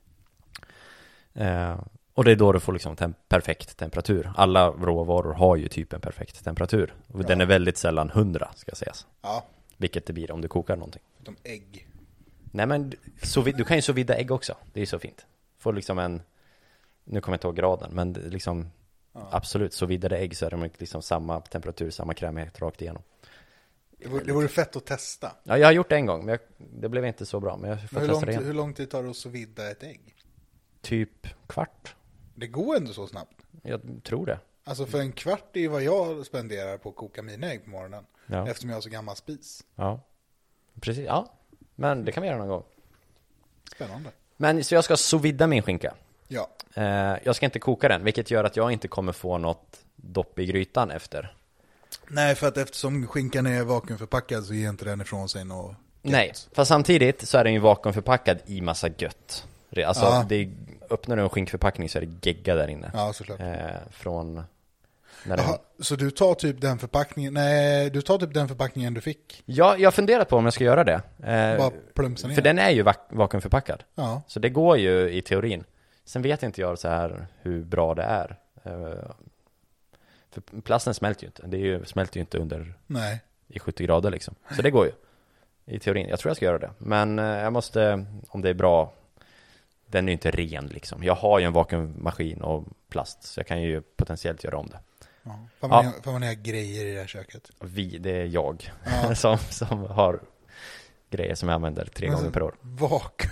Eh, och det är då du får liksom tem- perfekt temperatur. Alla råvaror har ju typ en perfekt temperatur. Och ja. den är väldigt sällan hundra, ska sägas. Ja. Vilket det blir om du kokar någonting. De ägg. Nej, men så vid, du kan ju så vidda ägg också. Det är ju så fint. Får liksom en, nu kommer jag inte ihåg graden, men liksom ja. absolut, så vidare ägg så är de liksom samma temperatur, samma krämighet rakt igenom. Det vore, det vore fett att testa. Ja, jag har gjort det en gång, men jag, det blev inte så bra. Men jag får men hur, testa lång, det igen. hur lång tid tar det att så vidda ett ägg? Typ kvart. Det går ändå så snabbt. Jag tror det. Alltså för en kvart är ju vad jag spenderar på att koka mina ägg på morgonen. Ja. Eftersom jag har så gammal spis. Ja, precis. Ja, men det kan vi göra någon gång. Spännande. Men så jag ska sous vide min skinka. Ja. Eh, jag ska inte koka den, vilket gör att jag inte kommer få något dopp i grytan efter. Nej, för att eftersom skinkan är vakuumförpackad så ger inte den ifrån sig något gött. Nej, fast samtidigt så är den ju vakuumförpackad i massa gött. Alltså, ja. det är, öppnar du en skinkförpackning så är det gegga där inne. Ja, såklart. Eh, från... När Jaha, den... så du tar typ den förpackningen, nej, du tar typ den förpackningen du fick? Ja, jag har funderat på om jag ska göra det. Eh, Bara plumsa ner. För den är ju vak- vakuumförpackad. Ja. Så det går ju i teorin. Sen vet inte jag så här hur bra det är. Eh, för plasten smälter ju inte. Det är ju, smälter ju inte under nej. i sjuttio grader liksom. Så det går ju i teorin. Jag tror jag ska göra det. Men eh, jag måste, om det är bra, den är ju inte ren liksom. Jag har ju en vakuummaskin och plast, så jag kan ju potentiellt göra om det. Ja. Fan vad, ja. ni, fan vad ni har grejer i det här köket. Vi, det är jag ja. som, som har grejer som jag använder tre Men gånger per år. Vak.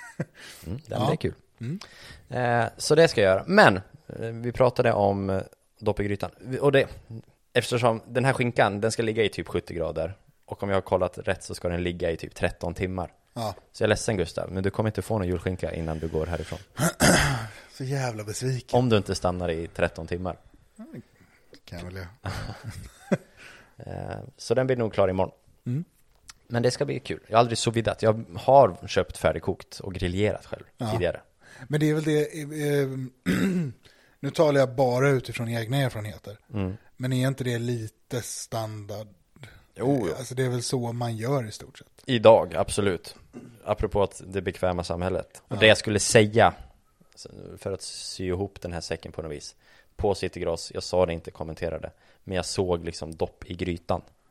mm, det, ja. det är kul. Mm. Eh, så det ska jag göra. Men eh, vi pratade om eh, dopp i grytan. Och det, eftersom den här skinkan, den ska ligga i typ sjuttio grader. Och om jag har kollat rätt så ska den ligga i typ tretton timmar. Ja. Så jag är ledsen Gustav, men du kommer inte få någon julskinka innan du går härifrån. Så jävla besviken. Om du inte stannar i tretton timmar. Kan jag väl göra. Så den blir nog klar imorgon. Mm. Men det ska bli kul. Jag har aldrig sous vidat. Jag har köpt färdigkokt och griljerat själv ja. tidigare. Men det är väl det... Eh, nu talar jag bara utifrån egna erfarenheter. Mm. Men är inte det lite standard? Jo, jo. Alltså det är väl så man gör i stort sett. Idag, absolut. Apropå att det bekväma samhället. Och ja. det jag skulle säga, för att sy ihop den här säcken på något vis. På Citygross, jag sa det inte, kommenterade. Men jag såg liksom dopp i grytan.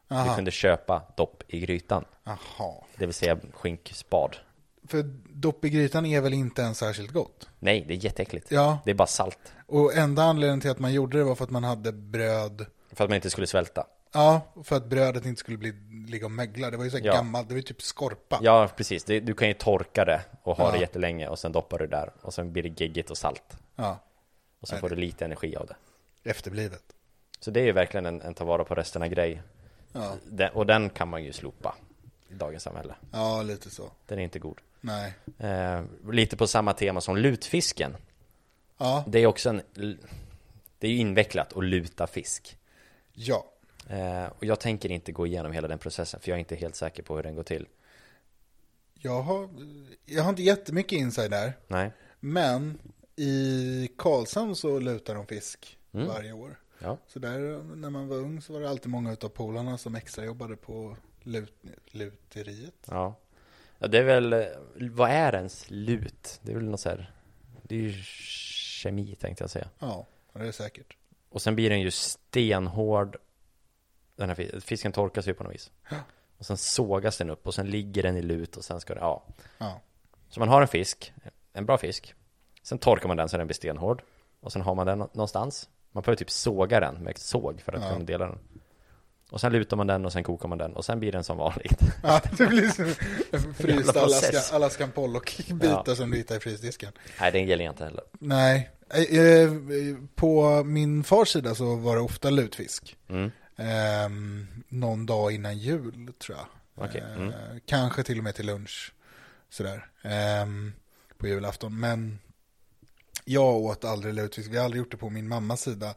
Aha. Du kunde köpa dopp i grytan. Aha. Det vill säga skinkspad. För dopp i grytan är väl inte ens särskilt gott? Nej, det är jätteäckligt. Ja. Det är bara salt. Och enda anledningen till att man gjorde det var för att man hade bröd. För att man inte skulle svälta. Ja, för att brödet inte skulle bli, ligga och mögla. Det var ju så Ja. gammalt, det var ju typ skorpa. Ja, precis. Det, du kan ju torka det och ha Ja. det jättelänge och sen doppar du där. Och sen blir det geggigt och salt. Ja, Och sen Nej, får du lite energi av det. efterblivet. Så det är ju verkligen en, en ta vara på resterna grej. Ja. Den, och den kan man ju slopa i dagens samhälle. Ja, lite så. Den är inte god. Nej. Eh, lite på samma tema som lutfisken. Ja, Det är också en... Det är ju invecklat att luta fisk. ja. Eh, och jag tänker inte gå igenom hela den processen, för jag är inte helt säker på hur den går till. Jag har, jag har inte jättemycket inside där. Nej. Men i Karlshamn så lutar de fisk Mm. varje år. Ja. Så där när man var ung så var det alltid många utav polarna som extra jobbade på lut, luteriet. Ja. Ja, det är väl... Vad är ens lut? Det är väl något så här... Det är ju kemi, tänkte jag säga. Ja, det är det säkert. Och sen blir den ju stenhård. Den här fisken, fisken torkas ju på något vis. Ja. Och sen sågas den upp och sen ligger den i lut och sen ska det... Ja. Ja. Så man har en fisk, en bra fisk. Sen torkar man den så den blir stenhård. Och sen har man den någonstans. Man behöver typ såga den med såg för att Ja. kunna dela den. Och sen lutar man den och sen kokar man den. Och sen blir den som vanligt. Ja, det blir som fryst Jävla Alaska, process. Alaskan pollock-bitar Ja. som du hittar i frysdisken. Nej, det gäller jag inte heller. Nej, eh, eh, på min fars sida så var det ofta lutfisk. Mm. Ehm, någon dag innan jul tror jag. Okej, mm. Ehm, kanske till och med till lunch. Sådär. Ehm, på julafton. Men jag åt aldrig lutfisk. Vi har aldrig gjort det på min mammas sida.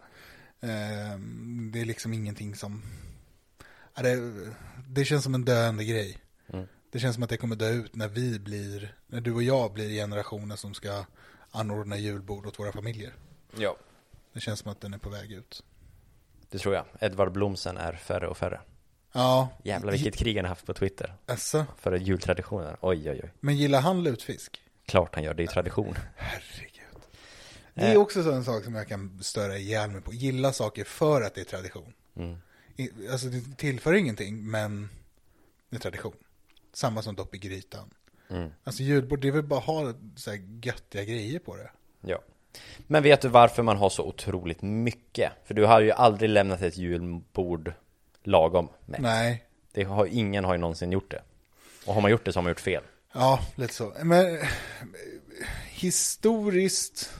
Ehm, det är liksom ingenting som... Ja, det, det känns som en döende grej. Mm. Det känns som att det kommer dö ut när vi blir... När du och jag blir generationer som ska anordna julbord åt våra familjer. Ja. Det känns som att den är på väg ut. Det tror jag. Edvard Blomsen är färre och färre. Ja. Jävlar vilket krig han har haft på Twitter. Alltså, För jultraditioner. Oj, oj, oj. men gillar han lutfisk? Klart han gör, det är ju tradition. Herregud. Det är också så en sak som jag kan störa ihjäl mig på. Gilla saker för att det är tradition. Mm. I- Alltså det tillför ingenting, men det är tradition. Samma som dopp i grytan. Mm. Alltså julbord, det är väl bara att ha så här göttiga grejer på det. Ja. Men vet du varför man har så otroligt mycket? För du har ju aldrig lämnat ett julbord lagom med. Nej. Det har, ingen har ju någonsin gjort det. Och har man gjort det så har man gjort fel. Ja, lite så. Men eh, historiskt,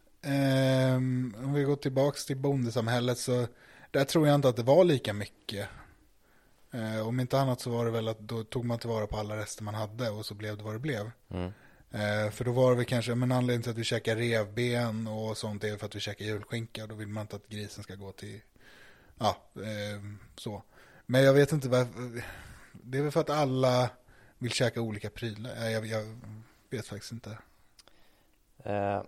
ehm, om vi går tillbaka till bondesamhället, så där tror jag inte att det var lika mycket. Eh, om inte annat så var det väl att då tog man tillvara på alla rester man hade och så blev det vad det blev. Mm. Eh, för då var det väl kanske, men anledningen till att vi käkar revben och sånt är för att vi käkar julskinka. Då vill man inte att grisen ska gå till, ja, eh, så. Men jag vet inte varför, det är väl för att alla vill käka olika prylar. Eh, Jag, jag vet faktiskt inte. Eh,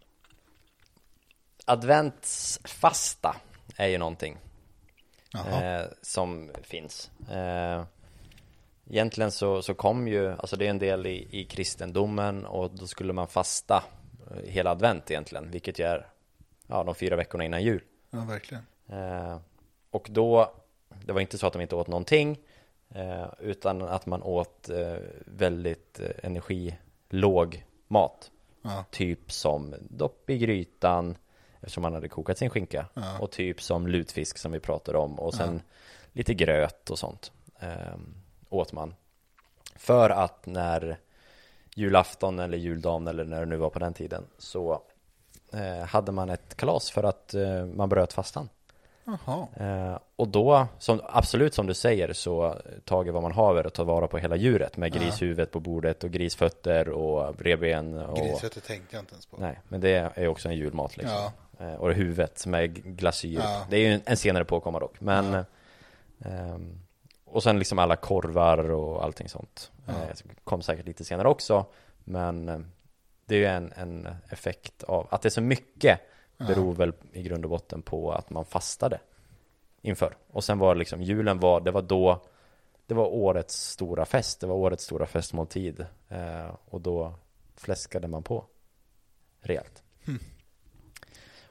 adventsfasta är ju någonting Jaha. eh, som finns. Eh, egentligen så, så kom ju, alltså det är en del i, i kristendomen och då skulle man fasta eh, hela advent egentligen, vilket ju är ja, de fyra veckorna innan jul. Ja, verkligen. Eh, och då, det var inte så att de inte åt någonting, eh, utan att man åt eh, väldigt eh, energilåg mat. Ja. Typ som dopp i grytan, eftersom man hade kokat sin skinka. Ja. Och typ som lutfisk som vi pratade om. Och sen lite gröt och sånt eh, åt man. För att när julafton eller juldagen eller när det nu var på den tiden, så eh, hade man ett kalas för att eh, man bröt fastan. Jaha. Eh, och då, som, absolut som du säger, så tager vad man haver och tar vara på hela djuret med Ja. grishuvudet på bordet och grisfötter och revben och... Grisfötter tänkte jag inte ens på. Nej, men det är ju också en julmat liksom. Ja. Eh, och huvudet med glasyr. Ja. Det är ju en senare påkomma dock. Men Ja. ehm, och sen liksom alla korvar och allting sånt. Ja. Eh, kom säkert lite senare också. Men eh, det är ju en, en effekt av att det är så mycket beror väl i grund och botten på att man fastade inför. Och sen var det liksom, julen var, det var då, det var årets stora fest. Det var årets stora festmåltid. Eh, och då fläskade man på rejält. Hmm.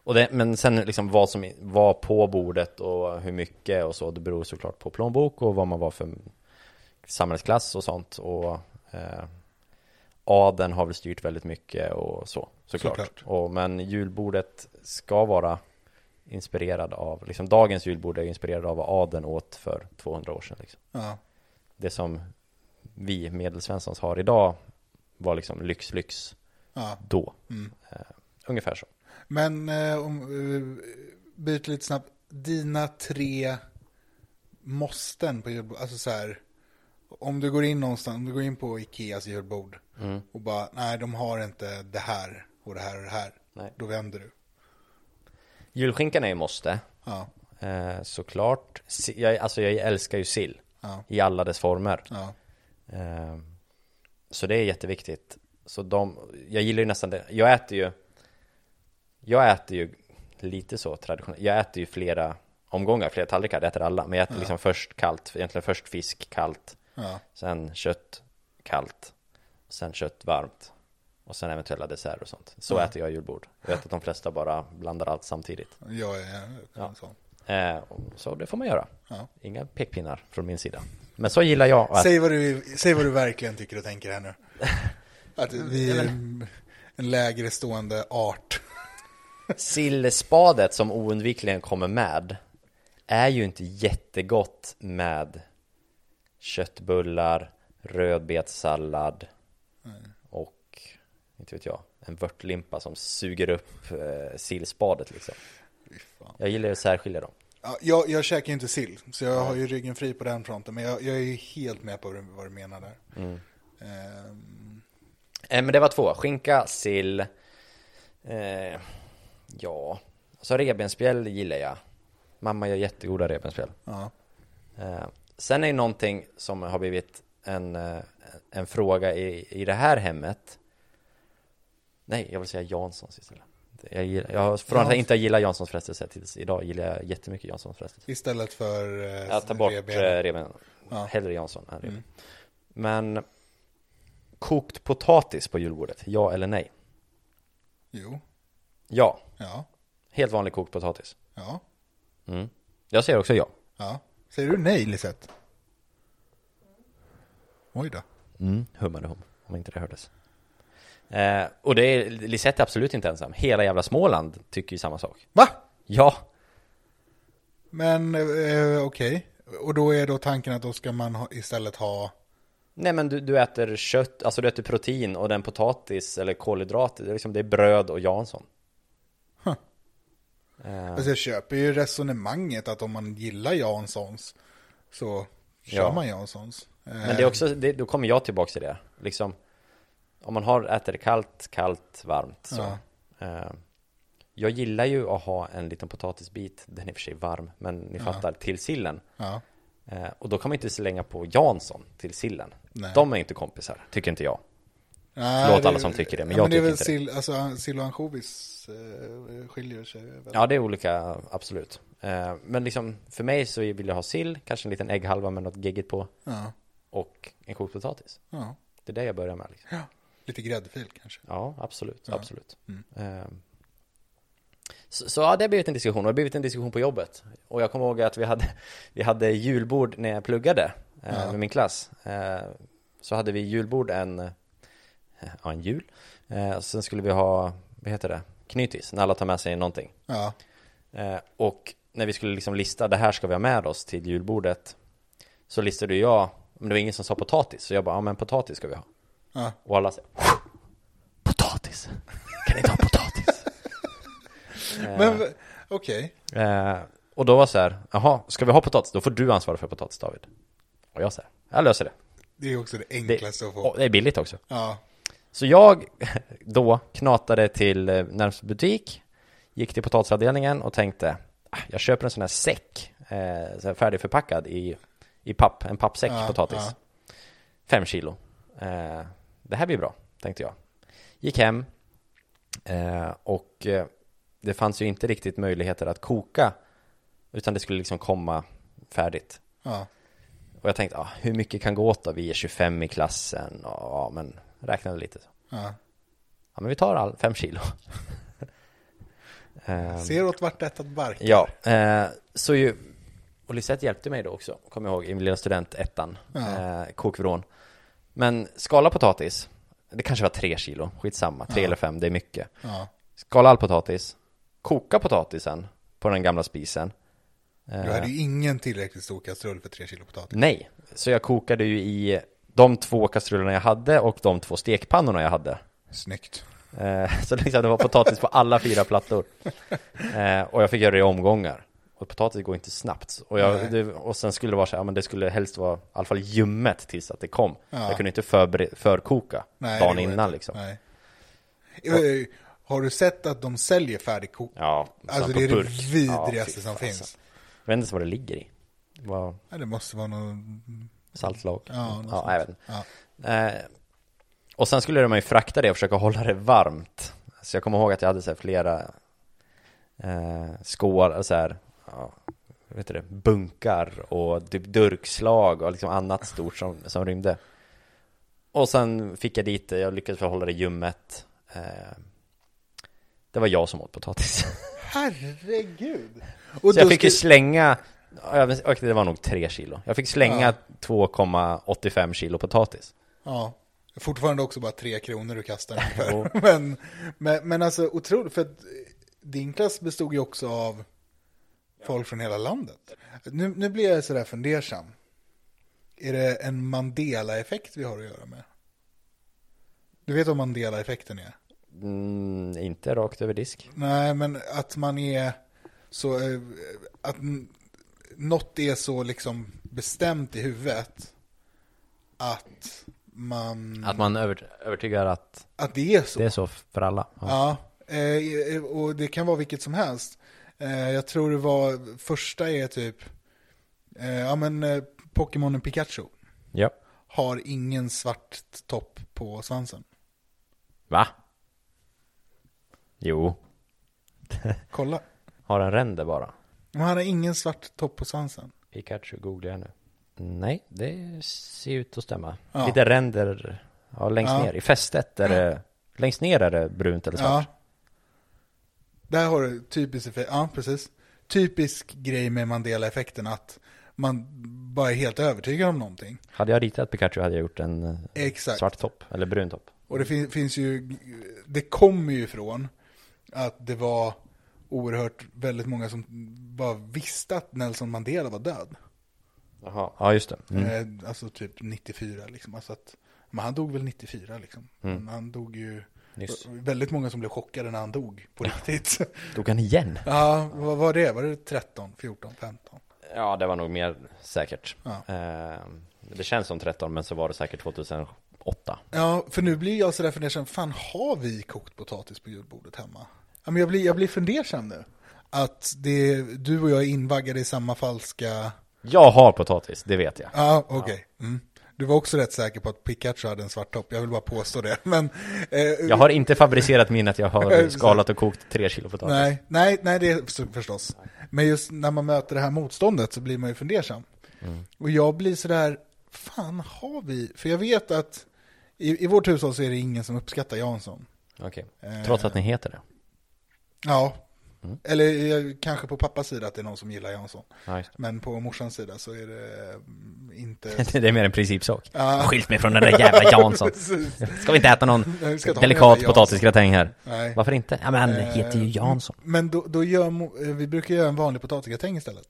Och det, men sen liksom vad som var på bordet och hur mycket och så, det beror såklart på plånbok och vad man var för samhällsklass och sånt. Och eh, adeln har väl styrt väldigt mycket och så, såklart. såklart. Och, men julbordet ska vara inspirerad av, liksom dagens julbord är inspirerad av vad adeln åt för tvåhundra år sedan. Liksom. Ja. Det som vi medelsvenssons har idag var liksom lyx, lyx ja. då. Mm. Uh, ungefär så. Men uh, om uh, byter lite snabbt, dina tre måsten på julbord, alltså så här, om du går in någonstans, om du går in på Ikeas julbord mm. och bara, nej de har inte det här och det här och det här, nej. Då vänder du. Julskinkan är ju måste. Ja. Uh, såklart. Jag, alltså jag älskar ju sill. Ja. I alla dess former. Ja. Uh, så det är jätteviktigt. Så de, jag gillar ju nästan det. Jag äter ju Jag äter ju lite så traditionellt. Jag äter ju flera omgångar, flera tallrikar. Jag äter alla. Men jag äter ja. liksom först kallt. Egentligen först fisk kallt. Ja. Sen kött kallt. Sen kött varmt. Och sen eventuella dessert och sånt. Så ja. äter jag julbord. Jag vet att de flesta bara blandar allt samtidigt. Jag är ja. sån. Eh, så det får man göra. Ja. Inga pekpinnar från min sida. Men så gillar jag att... Säg vad du, säg vad du verkligen tycker och tänker här nu. Att vi är en lägre stående art. Sillspadet som oundvikligen kommer med är ju inte jättegott med köttbullar, rödbetssallad Nej. och inte vet jag, en vörtlimpa som suger upp eh, sillspadet liksom. Jag gillar att särskilja dem. Ja, jag, jag käkar inte sill, så jag har ju ryggen fri på den fronten. Men jag, jag är ju helt med på vad du menar där. Mm. Um... Eh, men det var två. Skinka, sill. Eh, ja. Så revbensspjäll gillar jag. Mamma gör jättegoda revbensspjäll. Ja. Eh, sen är det någonting som har blivit en, en fråga i, i det här hemmet. Nej, jag vill säga Janssons istället. Jag, gillar, jag från att jag inte gillar Janssons frestelse tills idag gillar jag jättemycket Janssons frestelse. Istället för eh, jag tar bort revben. revben. Ja. Hellre Jansson än revben. Mm. Men kokt potatis på julbordet, ja eller nej? Jo. Ja. Ja. Helt vanlig kokt potatis. Ja. Mm. Jag säger också ja. Ja. Säger du nej, Lisette? Oj då. Mm, hummade hon, om inte det hördes. Eh, och det är, Lisette är absolut inte ensam. Hela jävla Småland tycker ju samma sak. Va? Ja. Men eh, okej. Okay. Och då är då tanken att då ska man ha, istället ha... Nej, men du, du äter kött, alltså du äter protein och den potatis eller kolhydrater. Det är, liksom, det är bröd och Jansson. Huh. Eh. Alltså jag köper ju resonemanget att om man gillar Janssons så kör ja. man Janssons. Eh. Men det är också, det, då kommer jag tillbaka till det. Liksom... Om man har äter det kallt, kallt, varmt så. Ja. Eh, jag gillar ju att ha en liten potatisbit. Den är för sig varm, men ni ja. fattar, till sillen. Ja. Eh, och då kan man inte slänga på Jansson till sillen. Nej. De är inte kompisar, tycker inte jag. Nej, Förlåt det, alla som tycker det, men ja, jag men tycker det inte sill, det. Alltså sill och ansjovis eh, skiljer sig väl. Ja, det är olika, absolut. Eh, men liksom, för mig så vill jag ha sill, kanske en liten ägghalva med något geggigt på. Ja. Och en kokt potatis. Ja. Det är det jag börjar med. Liksom. Ja. Lite gräddfil kanske. Ja, absolut, ja. absolut. Mm. Um, så, så ja, det har blivit en diskussion. Och det har blivit en diskussion på jobbet. Och jag kommer ihåg att vi hade, vi hade julbord när jag pluggade uh, ja. med min klass. Uh, så hade vi julbord en, uh, ja, en jul. Uh, sen skulle vi ha, vad heter det? Knytis, när alla tar med sig någonting. Ja. Uh, och när vi skulle liksom lista, det här ska vi ha med oss till julbordet. Så listade jag, men det var ingen som sa potatis. Så jag bara, ja men potatis ska vi ha. Ja. Och alla säger potatis. Kan ni ta potatis? Men okej. Okay. Eh, och då var så här, jaha, ska vi ha potatis? Då får du ansvara för potatis, David. Och jag säger, jag löser det. Det är också det enklaste det, att få. Och det är billigt också. Ja. Så jag då knatade till närmsta butik, gick till potatisavdelningen och tänkte, jag köper en sån här säck, eh, så här färdigförpackad i, i papp, en pappsäck ja, potatis. Ja. Fem kilo. Eh, det här blir bra, tänkte jag. Gick hem eh, och eh, det fanns ju inte riktigt möjligheter att koka, utan det skulle liksom komma färdigt. Ja. Och jag tänkte, ah, hur mycket kan gå åt då? Vi är tjugofem i klassen. Och, ja, men räknade lite så. Ja. Ja, men vi tar all fem kilo. Eh, Ser åt vart detta barkar. ja, eh, så ju... Och Lisette hjälpte mig då också, kommer jag ihåg, i min lilla studentettan. Ja. Eh, kokvrån. Men skala potatis, det kanske var tre kilo, skitsamma, tre Ja. eller fem, det är mycket. Ja. Skala all potatis, koka potatisen på den gamla spisen. Du hade ju ingen tillräckligt stor kastrull för tre kilo potatis. Nej, så jag kokade ju i de två kastrullerna jag hade och de två stekpannorna jag hade. Snyggt. Eh, så liksom det var potatis på alla fyra plattor. Eh, och jag fick göra det i omgångar. Och potatis går inte snabbt. Och, jag, det, och sen skulle det vara så här, ja, men det skulle helst vara i alla fall ljummet tills att det kom. Ja. Jag kunde inte förber- förkoka Nej, dagen det går innan inte. liksom. Nej. Och, har du sett att de säljer färdigkokt? Ja, Alltså på det är burk. det vidrigaste Ja, fy som fan, finns. alltså. Jag vet inte ens vad det ligger i. Vad, Ja, det måste vara någon... saltlag. Ja, något ja sånt. jag vet inte. Ja. Eh, och sen skulle man ju frakta det och försöka hålla det varmt. Så jag kommer ihåg att jag hade så här flera eh, skål, så här, ja, vet du det, bunkar och typ durkslag och liksom annat stort som, som rymde. Och sen fick jag dit det, jag lyckades för hålla det ljummet. Eh, det var jag som åt potatis. Herregud! Och Så jag då fick ju ska- slänga, jag vet- okej, det var nog tre kilo. Jag fick slänga Ja. två komma åttiofem kilo potatis. Ja, fortfarande också bara tre kronor du kastar ungefär. Jo. men, men, men alltså otroligt, för att din klass bestod ju också av folk från hela landet. Nu, nu blir jag sådär fundersam. Är det en Mandela-effekt vi har att göra med? Du vet vad Mandela-effekten är? Mm, inte rakt över disk. Nej, men att man är så... eh, Att n- något är så liksom bestämt i huvudet att man... Att man över, övertygar att Att det är så. det är så för alla. Ja. Ja, eh, och det kan vara vilket som helst. Eh, jag tror det var, första är typ, eh, ja men eh, Pokémonen Pikachu Ja. har ingen svart topp på svansen. Va? Jo. Kolla. Har en ränder bara. Men han har ingen svart topp på svansen. Pikachu googlar jag nu. Nej, det ser ut att stämma. Ja. Lite ränder ja, längst Ja. ner. I fästet är det, längst ner är det brunt eller svart. Ja. Där har du typisk effekt. Ja, precis. Typisk grej med Mandela-effekten att man bara är helt övertygad om någonting. Hade jag ritat Pikachu hade jag gjort en eh, Exakt. svart topp. Eller brun topp. Och det fin- finns ju, det kommer ju ifrån att det var oerhört väldigt många som bara visste att Nelson Mandela var död. Jaha. Ja, just det. Mm. Eh, alltså typ nittiofyra liksom. Alltså att, men han dog väl nittiofyra liksom. Mm. Men han dog ju, Nyss. väldigt många som blev chockade när han dog på riktigt. Dog han igen? Ja, vad var det? Var det tretton, fjorton, femton? Ja, det var nog mer säkert. Ja. Eh, det känns som tretton, men så var det säkert tjugohundraåtta. Ja, för nu blir jag sådär fundersam. Fan, har vi kokt potatis på julbordet hemma? Ja, men jag blir, jag blir fundersam nu. Att det, du och jag är invaggade i samma falska... Jag har potatis, det vet jag. Ja, okej. Okay. Mm. Du var också rätt säker på att Pikachu hade en svart topp. Jag vill bara påstå det. Men, eh, Jag har inte fabricerat min att jag har skalat och kokt tre kilo potatis. nej, nej, nej, det är förstås. Men just när man möter det här motståndet så blir man ju fundersam. Mm. Och jag blir sådär, fan har vi... För jag vet att i, i vårt hushåll så är det ingen som uppskattar Jansson. Okej. Eh, Trots att ni heter det. Ja. Mm. Eller eh, kanske på pappas sida att det är någon som gillar Jansson. Ja, just Men på morsans sida så är det mm, inte... det. Det är mer en principsak. Ja. Skilt mig från den där jävla Jansson. Precis. Ska vi inte äta någon Jag ska ta delikat med Jansson. potatisgratäng här? Nej. Varför inte? Ja, men han Eh, heter ju Jansson. Men då, då gör mo- eh, vi brukar göra en vanlig potatisgratäng istället.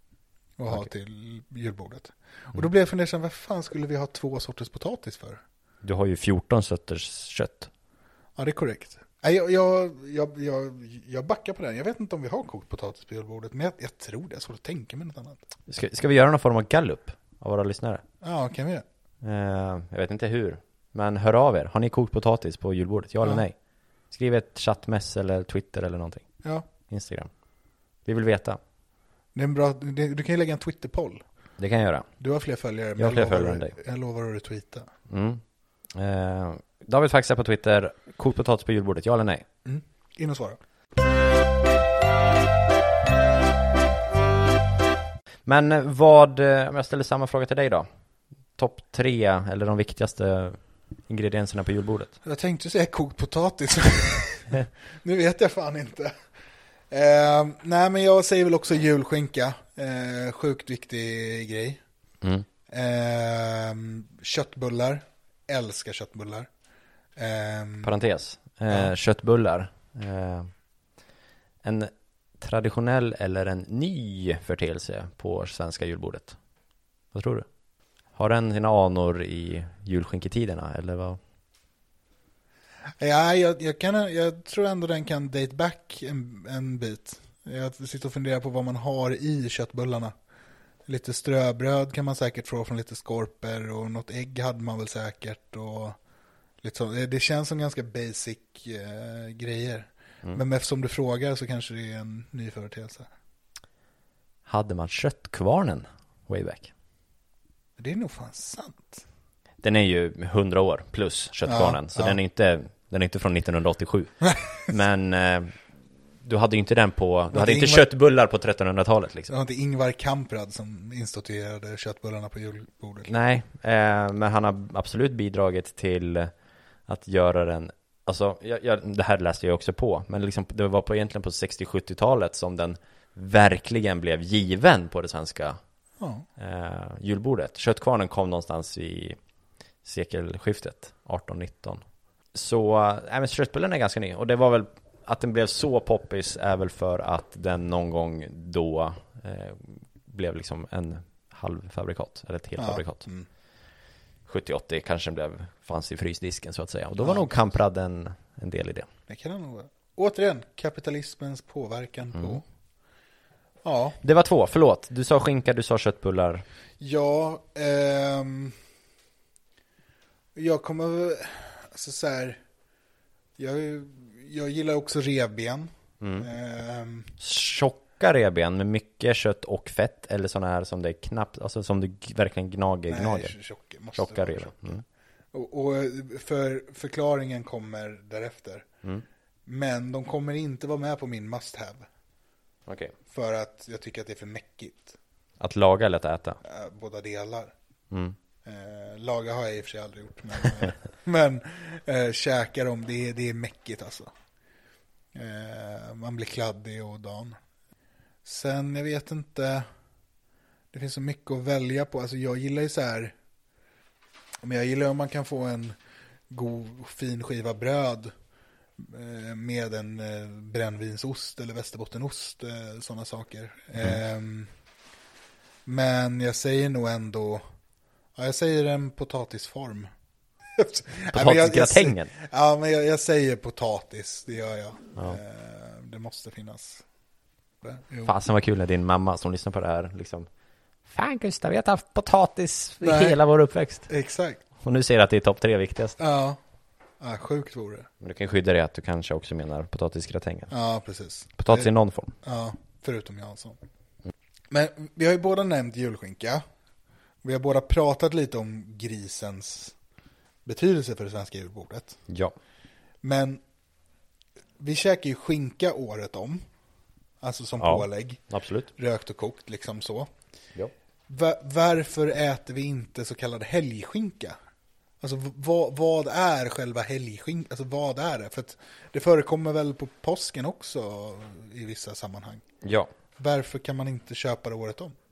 Och ha Okej. till julbordet. Och då blev jag fundersam, vad fan skulle vi ha två sorters potatis för? Du har ju fjorton sorters kött. Ja, det är korrekt. Nej, Jag, jag, jag, jag, jag backar på den. Jag vet inte om vi har kokt potatis på julbordet. Men jag, jag tror det. Jag skulle tänka mig något annat. Ska, ska vi göra någon form av gallup av våra lyssnare? Ja, kan vi göra. Eh, jag vet inte hur. Men hör av er. Har ni kokt potatis på julbordet? Ja eller Ja. nej? Skriv ett chattmess eller Twitter eller någonting. Ja, Instagram. Vi vill veta. det är en bra, det, du kan ju lägga en Twitter-poll. Det kan jag göra. Du har fler följare. men Jag har fler lovar följare att- än dig. Jag lovar att retweeta. Mm. Eh, David Faxa på Twitter. Kokt potatis på julbordet? Ja eller nej? In och svara. Men eh, vad, eh, om jag ställer samma fråga till dig då? Topp tre eller de viktigaste ingredienserna på julbordet? Jag tänkte säga kokt potatis. Nu vet jag fan inte. Eh, nej, men jag säger väl också julskinka. Eh, sjukt viktig grej. Mm. Eh, köttbullar. Älskar köttbullar. Eh, Parentes. Eh, ja. Köttbullar. Eh, en traditionell eller en ny förteelse på svenska julbordet? Vad tror du? Har den sina anor i julskinketiderna eller vad? Ja, jag, jag, kan, jag tror ändå den kan date back en, en bit. Jag sitter och funderar på vad man har i köttbullarna. Lite ströbröd kan man säkert få från lite skorper och något ägg hade man väl säkert. Och lite så. Det känns som ganska basic eh, grejer. Mm. Men eftersom du frågar så kanske det är en ny företeelse. Hade man köttkvarnen way back? Det är nog fan sant. Den är ju hundra år plus köttkvarnen. Ja, så ja. den är inte den är inte från nittonhundraåttiosju. Men eh, du hade ju inte den på du hade inte Ingvar... köttbullar på trettonhundratalet liksom. Det var inte Ingvar Kamprad som instituerade köttbullarna på julbordet. Nej, eh, men han har absolut bidragit till att göra den. Alltså, jag, jag, det här läste jag också på. Men liksom, det var på, egentligen på sextio-sjuttiotalet som den verkligen blev given på det svenska ja. eh, julbordet. Köttkvarnen kom någonstans i sekelskiftet, arton nitton. Så äh, men köttbullen är ganska ny. Och det var väl att den blev så poppis är väl för att den någon gång då eh, blev liksom en halvfabrikat, eller ett helt ja. fabrikat. Mm. sjuttio åttio kanske den blev, fanns i frysdisken så att säga. Och då var ja. nog Kamprad en, en del i det. Det kan det nog vara. Återigen, kapitalismens påverkan mm. på... Ja. Det var två, förlåt. Du sa skinka, du sa köttbullar. Ja, ehm... jag kommer... Alltså så här... Jag, jag gillar också revben. Mm. Ehm... Tjocka revben med mycket kött och fett. Eller sådana här som det är knappt... Alltså som du verkligen gnager, Nej, gnager. Tjocka, tjocka revben. Mm. Och, och för förklaringen kommer därefter. Mm. Men de kommer inte vara med på min must have. Okay. För att jag tycker att det är för mäckigt. Att laga eller att äta? Äh, båda delar. Mm. Eh, laga har jag i och för sig aldrig gjort. Men, men eh, käka dem, det är, det är mäckigt alltså. Eh, man blir kladdig och dan. Sen, jag vet inte. Det finns så mycket att välja på. Alltså jag gillar ju så här. Men jag gillar om man kan få en god, fin skiva bröd med en eh, brännvinsost eller västerbottenost, eh, sådana saker. Mm. Eh, men jag säger nog ändå, ja, jag säger en potatisform. Potatisgratängen? Ja, men jag, jag säger potatis, det gör jag. Ja. Eh, det måste finnas. Fasen var kul när din mamma som lyssnar på det här liksom, fan Gustav, vi har haft potatis i hela vår uppväxt. Exakt. Och nu ser jag att det är topp tre viktigast. Ja. Ja, sjukt vore det. Men du kan skydda dig att du kanske också menar potatisgratängen. Ja, precis. Potatis i någon form. Ja, förutom Jansson. Mm. Men vi har ju båda nämnt julskinka. Vi har båda pratat lite om grisens betydelse för det svenska julbordet. Ja. Men vi käkar ju skinka året om. Alltså som ja, pålägg. Absolut. Rökt och kokt, liksom så. Ja. Va- varför äter vi inte så kallad helgskinka? Alltså vad, vad är själva helgskinka? Alltså vad är det? För att det förekommer väl på påsken också i vissa sammanhang. Ja. Varför kan man inte köpa det året om?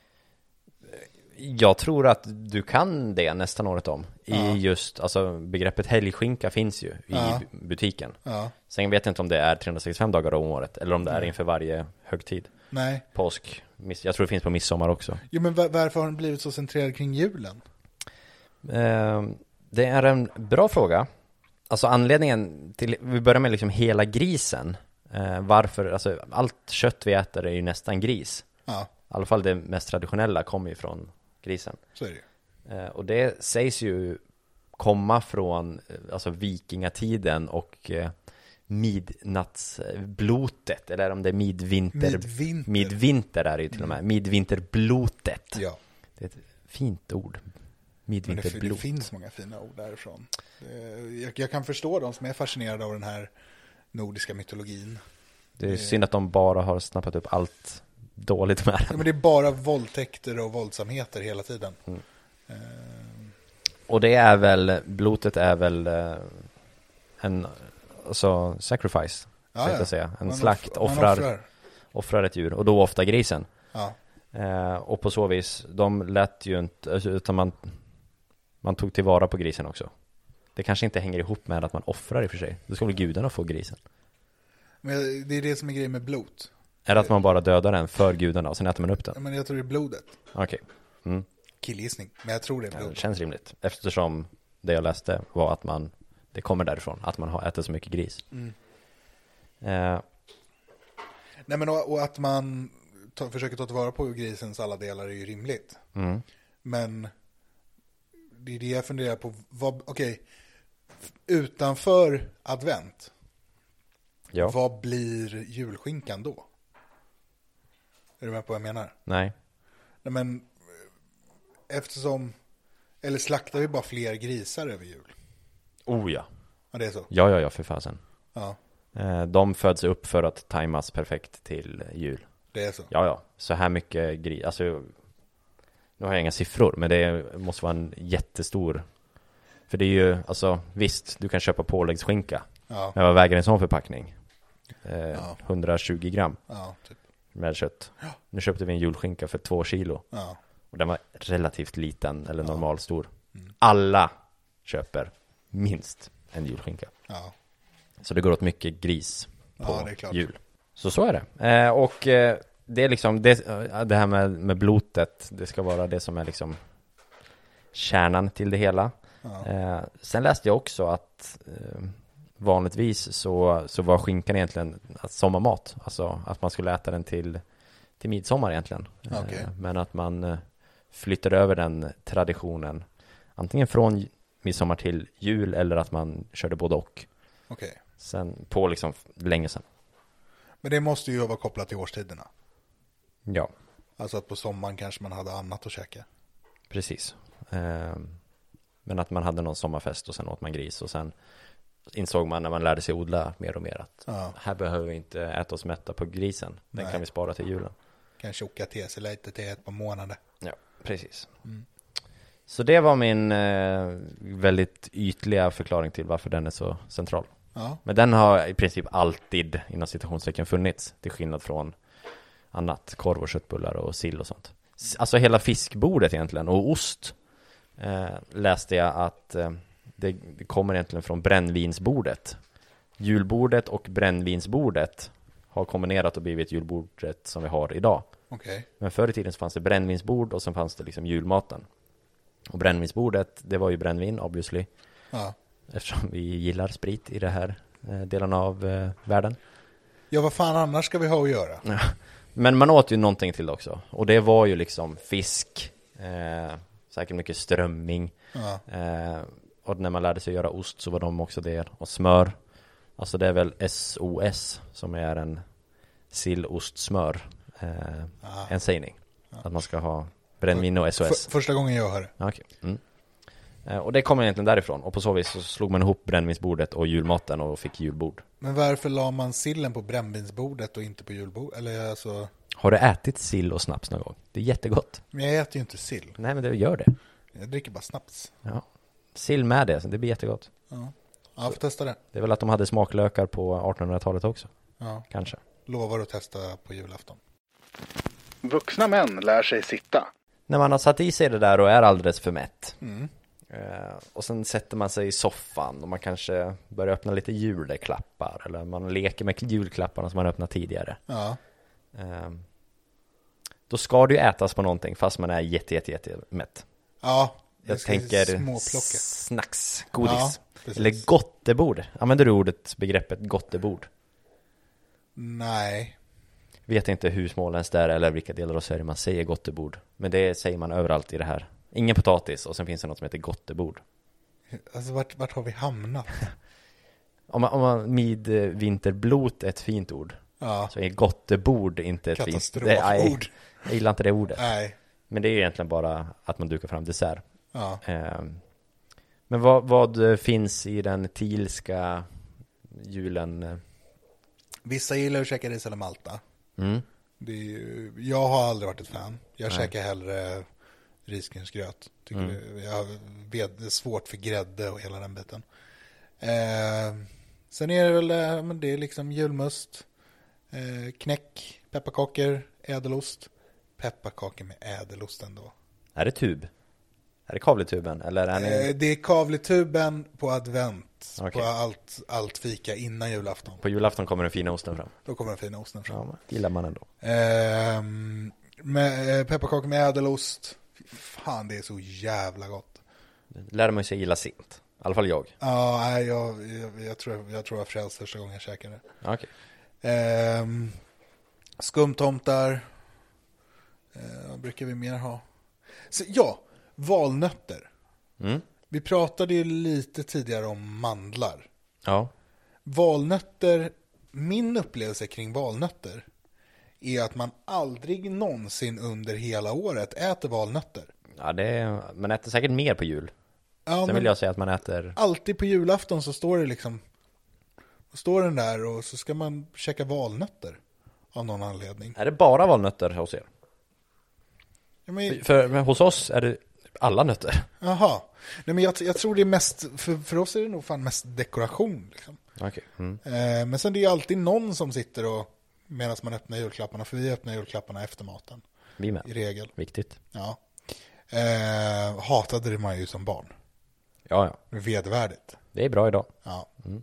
Jag tror att du kan det nästan året om. I ja. just, alltså begreppet helgskinka finns ju i ja. butiken. Ja. Sen vet jag inte om det är trehundrasextiofem dagar om året eller om det är inför varje högtid. Nej. Påsk. Jag tror det finns på midsommar också. Jo, men varför har den blivit så centrerad kring julen? Uh, det är en bra fråga. Alltså anledningen till, vi börjar med liksom hela grisen. Uh, varför, alltså allt kött vi äter är ju nästan gris. Ja. I alla fall det mest traditionella kommer ju från grisen. Så är det. Uh, och det sägs ju komma från alltså vikingatiden och uh, midnattsblotet, eller om det är midvinter. Midvinter. Midvinter är det ju till och med. Midvinterblotet. Ja. Det är ett fint ord. Midvinterblot. Det, det finns många fina ord därifrån. Jag, jag kan förstå de som är fascinerade av den här nordiska mytologin. Det är det... synd att de bara har snappat upp allt dåligt med ja, men det är bara våldtäkter och våldsamheter hela tiden. Mm. Uh... Och det är väl, blotet är väl uh, en alltså, sacrifice. ja, ja. Säga. En man slakt, off- offrar, offrar. offrar ett djur, och då ofta grisen. Ja. Eh, och på så vis, de lät ju inte, utan man, man tog tillvara på grisen också. Det kanske inte hänger ihop med att man offrar i och för sig. Då ska väl gudarna få grisen. Men det är det som är grejen med blod. Är det att man bara dödar den för gudarna och sen äter man upp den? Men jag tror det är blodet. Okej. Okay. Mm. Killgissning, men jag tror det är blod. Ja, det känns rimligt. Eftersom det jag läste var att man, det kommer därifrån, att man har ätit så mycket gris. Mm. Eh. Nej, men och, och att man ta, försöker ta tillvara på grisens alla delar är ju rimligt. Mm. Men det är det jag funderar på. Vad, okej, utanför advent, Ja. vad blir julskinkan då? Är du med på vad jag menar? Nej. Nej, men eftersom, eller slaktar vi bara fler grisar över jul? Oh ja. Ja, det är så. Ja, ja, ja, för fasen. Ja, Eh, de föds upp för att tajmas perfekt till jul. det är så. Ja, ja. Så här mycket gris. Alltså, nu har jag inga siffror, men det måste vara en jättestor. För det är ju, alltså, visst, du kan köpa påläggsskinka. Ja, Men vad väger en sån förpackning? Eh, Ja. hundratjugo gram ja, typ. med kött. Ja. Nu köpte vi en julskinka för två kilo. Ja, Och den var relativt liten, eller Ja. normal stor. Mm. Alla köper minst en julskinka. ja. Så det går åt mycket gris på Ja, det är klart. jul. Så så är det. Eh, och eh, det är liksom, det, det här med, med blodet, det ska vara det som är liksom kärnan till det hela. Ja. Eh, sen läste jag också att eh, vanligtvis så, så var skinkan egentligen sommarmat. Alltså att man skulle äta den till, till midsommar egentligen. Okej. Eh, men att man eh, flyttar över den traditionen antingen från midsommar till jul, eller att man körde både och. Okej. Sen på liksom länge sedan. Men det måste ju vara kopplat till årstiderna. Ja, Alltså att på sommaren kanske man hade annat att käka. precis. Eh, men att man hade någon sommarfest och sen åt man gris, och sen insåg man när man lärde sig odla mer och mer att Ja, här behöver vi inte äta oss mätta på grisen. Den Nej. kan vi spara till julen. kan tjocka till sig lite till ett par månader. Ja, precis. Mm. Så det var min eh, väldigt ytliga förklaring till varför den är så central. Ja, Men den har i princip alltid inom citationstecken funnits, till skillnad från annat, korv och köttbullar och sill och sånt. S- Alltså hela fiskbordet egentligen, och ost eh, läste jag att eh, det, det kommer egentligen från brännvinsbordet. Julbordet och brännvinsbordet har kombinerat och blivit julbordet som vi har idag. okej. Men förr i tiden så fanns det brännvinsbord, och sen fanns det liksom julmaten. Och brännvinsbordet, det var ju brännvin, obviously. Ja. Eftersom vi gillar sprit i det här eh, delen av eh, världen. Ja, vad fan annars ska vi ha att göra? Ja. Men man åt ju någonting till också. Och det var ju liksom fisk, eh, säkert mycket strömming. Ja, Eh, och när man lärde sig göra ost så var de också det. Och smör. Alltså det är väl S O S som är en sill, ost, smör. Eh, ja. en sägning. Att man ska ha brännvin och S O S. För, första gången jag hör det. Ja, okej. Mm. Eh, och det kommer egentligen därifrån. Och på så vis så slog man ihop brännvinsbordet och julmaten och fick julbord. Men varför la man sillen på brännvinsbordet och inte på julbordet? Eller alltså, Har du ätit sill och snaps någon gång? Det är jättegott. men jag äter ju inte sill. Nej, men det gör det. Jag dricker bara snaps. Ja. Sill med det, så det blir jättegott. Ja, jag får testa det. Det är väl att de hade smaklökar på artonhundratalet också, Ja, kanske. lovar att testa på julafton. Vuxna män lär sig sitta. När man har satt i sig det där och är alldeles för mätt. Mm. Eh, och sen sätter man sig i soffan och man kanske börjar öppna lite julklappar. Eller man leker med julklapparna som man öppnat tidigare. Ja, Eh, då ska det ju ätas på någonting fast man är jätte, jätte, jätte mätt. ja. Jag ska tänker småplocka. snacks, godis. Ja, precis. Eller gottebord. Använder du ordet, begreppet gottebord? Nej. Vet inte hur småländskt det är eller vilka delar av Sverige man säger gottebord. Men det säger man överallt i det här. Ingen potatis och sen finns det något som heter gottebord. Alltså vart, vart har vi hamnat? Om man, om man midvinterblot är ett fint ord, Ja, så är gottebord inte ett fint. katastroford. Det, nej, jag gillar inte det ordet. Nej. Men det är egentligen bara att man dukar fram dessert. Ja. Ehm, Men vad, vad finns i den tilska julen? Vissa gillar att käka ris eller malta. Mm. Det är ju, jag har aldrig varit ett fan. Jag Nej. käkar hellre risgrynsgröt. Tycker Mm. det, jag vet, det är svårt för grädde och hela den biten. Eh, Sen är det väl eh, men det är liksom julmust, eh, knäck, pepparkakor, ädelost. Pepparkakor med ädelost ändå. Är det tub? Är det kavletuben? Eller är ni... eh, det är kavletuben på advent. Okay. På allt, allt fika innan julafton. På julafton kommer den fina osten fram. Då kommer den fina osten fram. Ja, gillar man ändå. Eh, med, eh, pepparkakor med ädelost. Fan, det är så jävla gott. Lär man sig gilla sent. I alla fall jag. Ja, nej, jag, jag, jag tror jag tror jag frälst första gången jag käkade det. Okay. Eh, skumtomtar. Eh, vad brukar vi mer ha? Så, ja, valnötter. Mm. Vi pratade ju lite tidigare om mandlar. Ja. Valnötter, min upplevelse kring valnötter är att man aldrig någonsin under hela året äter valnötter. Ja, det är, man äter säkert mer på jul. Ja, Sen vill jag säga att man äter... Alltid på julafton så står det liksom... Står den där och så ska man käka valnötter. Av någon anledning. Är det bara valnötter hos er? Ja, men, För, för men hos oss är det alla nötter. Jaha. Nej, men jag, jag tror det är mest... För, för oss är det nog fan mest dekoration. Liksom. Okay. Mm. Eh, men sen det är alltid någon som sitter och... Medan man öppnar julklapparna. För vi öppnar julklapparna efter maten. Vi med. I regel. Viktigt. Ja. Eh, hatade det man ju som barn. Ja, ja. Vedvärdigt. Det är bra idag. Ja. Mm.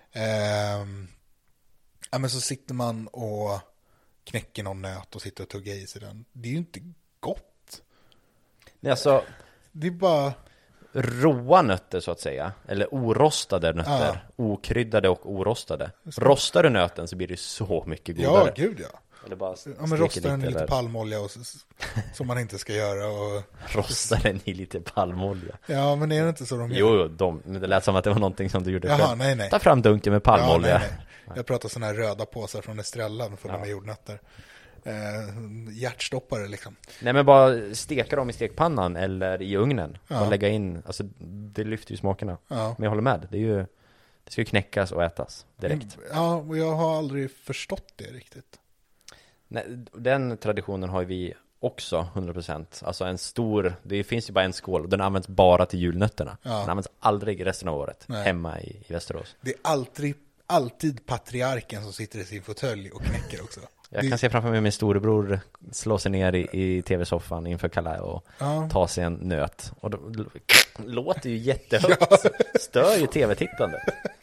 Eh, ja, men så sitter man och knäcker någon nöt och sitter och tuggar i sig den. Det är ju inte gott. Det är alltså Det är bara... råa nötter så att säga. Eller orostade nötter. Ja. Okryddade och orostade. Rostar du nöten så blir det så mycket godare. Ja, gud ja. Eller bara ja, men rostar den i lite eller... palmolja och, som man inte ska göra. Och... Rostar den i lite palmolja. Ja, men är det inte så de gör? Jo, de, men det lät som att det var någonting som du gjorde Jaha, själv. nej, nej. Ta fram dunken med palmolja. Ja, nej, nej. Jag pratar sådana här röda påsar från Estrella fulla ja. med jordnötter. Eh, hjärtstoppare liksom. Nej, men bara steka dem i stekpannan eller i ugnen. Ja. Bara lägga in, alltså det lyfter ju smakerna. Ja. Men jag håller med, det är ju, det ska ju knäckas och ätas direkt. Ja, och jag har aldrig förstått det riktigt. Nej, den traditionen har vi också, hundra procent. Alltså en stor, det finns ju bara en skål och den används bara till julnötterna. Ja. Den används aldrig resten av året. Nej. Hemma i, i Västerås. Det är alltid, alltid patriarken som sitter i sin fåtölj och knäcker också. Jag det... kan se framför mig min storebror slå sig ner i, i tv-soffan inför Kalle och ja. ta sig en nöt. Och då, då låter ju jättehögt. Ja. Stör ju tv-tittande.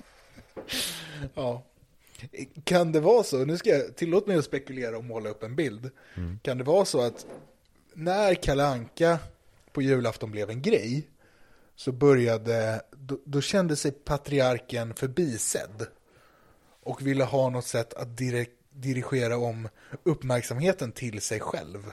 Ja. Kan det vara så, nu ska jag tillåta mig att spekulera och måla upp en bild. Mm. Kan det vara så att när Kalle Anka på julafton blev en grej så började, då, då kände sig patriarken förbisedd och ville ha något sätt att direkt dirigera om uppmärksamheten till sig själv.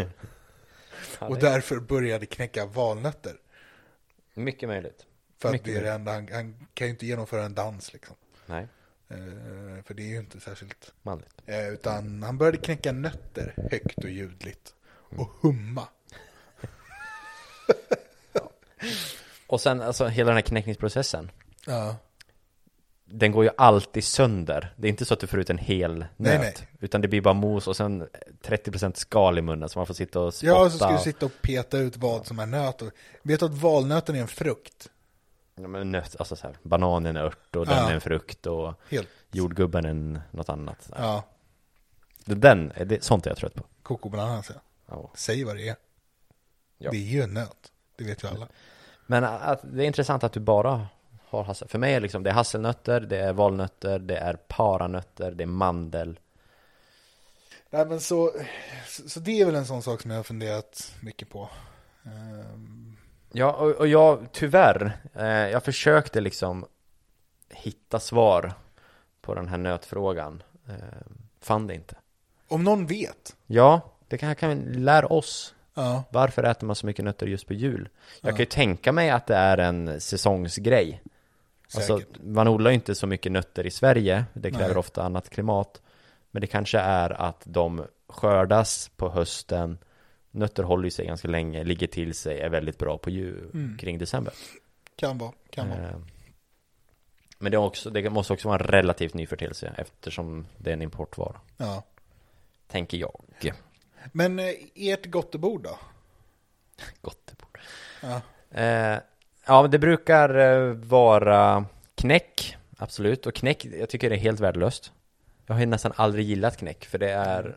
Och därför började knäcka valnötter. Mycket möjligt. För Mycket att det är det enda, han, han kan ju inte genomföra en dans liksom. Nej. Uh, för det är ju inte särskilt manligt. Uh, utan han började knäcka nötter högt och ljudligt. Och humma. Ja. Och sen alltså hela den här knäckningsprocessen. Ja. Den går ju alltid sönder. Det är inte så att du får ut en hel nöt. Nej, nej. Utan det blir bara mos och sen trettio procent skal i munnen så man får sitta och spotta. Ja, så ska du sitta och peta ut vad som är nöt. Och, vet du att valnöten är en frukt? Ja, men nöt, alltså så här, bananen är ört och den ja. är en frukt och helt. Jordgubben är en, något annat. Ja. Den, är det sånt jag är trött på. Kokobananas, ja. Ja. Säg vad det är. Ja. Det är ju en nöt. Det vet ju alla. Men att, det är intressant att du bara har hassel. För mig är liksom, det är hasselnötter, det är valnötter, det är paranötter, det är mandel. Nej, men så, så det är väl en sån sak som jag har funderat mycket på. Um... Ja, och, och jag tyvärr, eh, jag försökte liksom hitta svar på den här nötfrågan. Eh, fann det inte. Om någon vet. Ja, det kan, kan lära oss. Ja. Varför äter man så mycket nötter just på jul? Jag ja. kan ju tänka mig att det är en säsongsgrej. Alltså, man odlar ju inte så mycket nötter i Sverige. Det kräver Nej. ofta annat klimat. Men det kanske är att de skördas på hösten. Nötter håller sig ganska länge, ligger till sig, är väldigt bra på jul mm. kring december. Kan vara, kan vara. Eh, men det, är också, det måste också vara en relativt ny företeelse eftersom det är en importvara. Ja. Tänker jag. Men eh, ert gottebord då? Gottebord. Ja. Eh, ja, det brukar eh, vara knäck. absolut. Och knäck, jag tycker det är helt värdelöst. Jag har nästan aldrig gillat knäck, för det är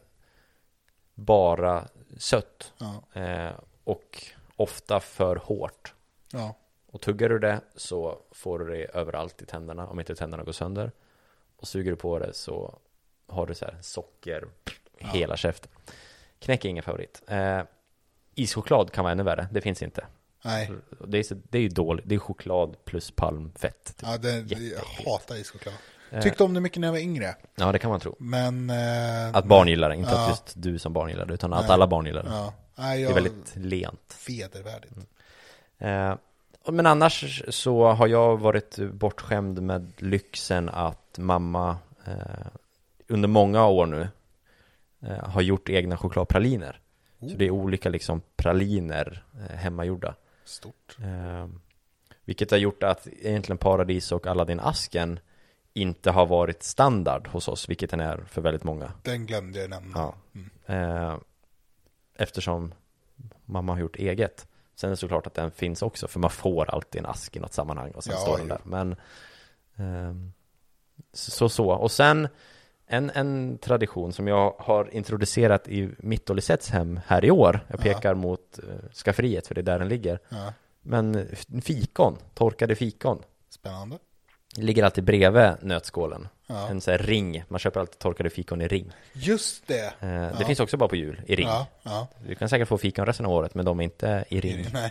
bara sött. Ja. Eh, och ofta för hårt. Ja. Och tuggar du det så får du det överallt i tänderna, om inte tänderna går sönder. Och suger du på det så har du så här socker ja. hela käften. Knäck är ingen favorit. Eh, ischoklad kan vara ännu värre, det finns inte. Nej. Det är, så, det är ju dåligt, det är choklad plus palmfett. Typ. Ja, det, jag hatar ischoklad. Tyckte om det mycket när jag var yngre. Ja, det kan man tro. Men eh, att barn gillar det, inte ja. att just du som barn gillar det, utan Nej. att alla barn gillar det. Ja. Nej, jag, det är väldigt lent. Vedervärdigt. Mm. Eh, men annars så har jag varit bortskämd med lyxen att mamma eh, under många år nu eh, har gjort egna chokladpraliner. Oh. Så det är olika liksom praliner eh, hemmagjorda. Stort. Eh, vilket har gjort att egentligen Paradis och Aladdin-asken inte har varit standard hos oss, vilket den är för väldigt många. Den glömde jag nämna. Ja. Mm. Eh, eftersom mamma har gjort eget. Sen är det såklart att den finns också, för man får alltid en ask i något sammanhang och sen ja, står den där. Men eh, så så. Och sen en, en tradition som jag har introducerat i mitt och Lisettes hem här i år. Jag pekar ja. mot eh, skafferiet, för det är där den ligger. Ja. Men fikon, torkade fikon. Spännande. Ligger alltid bredvid nötskålen. Ja. En sån här ring. Man köper alltid torkade fikon i ring. Just det. Eh, ja. Det finns också bara på jul, i ring. Ja. Ja. Du kan säkert få fikon resten av året, men de är inte i ring. Nej.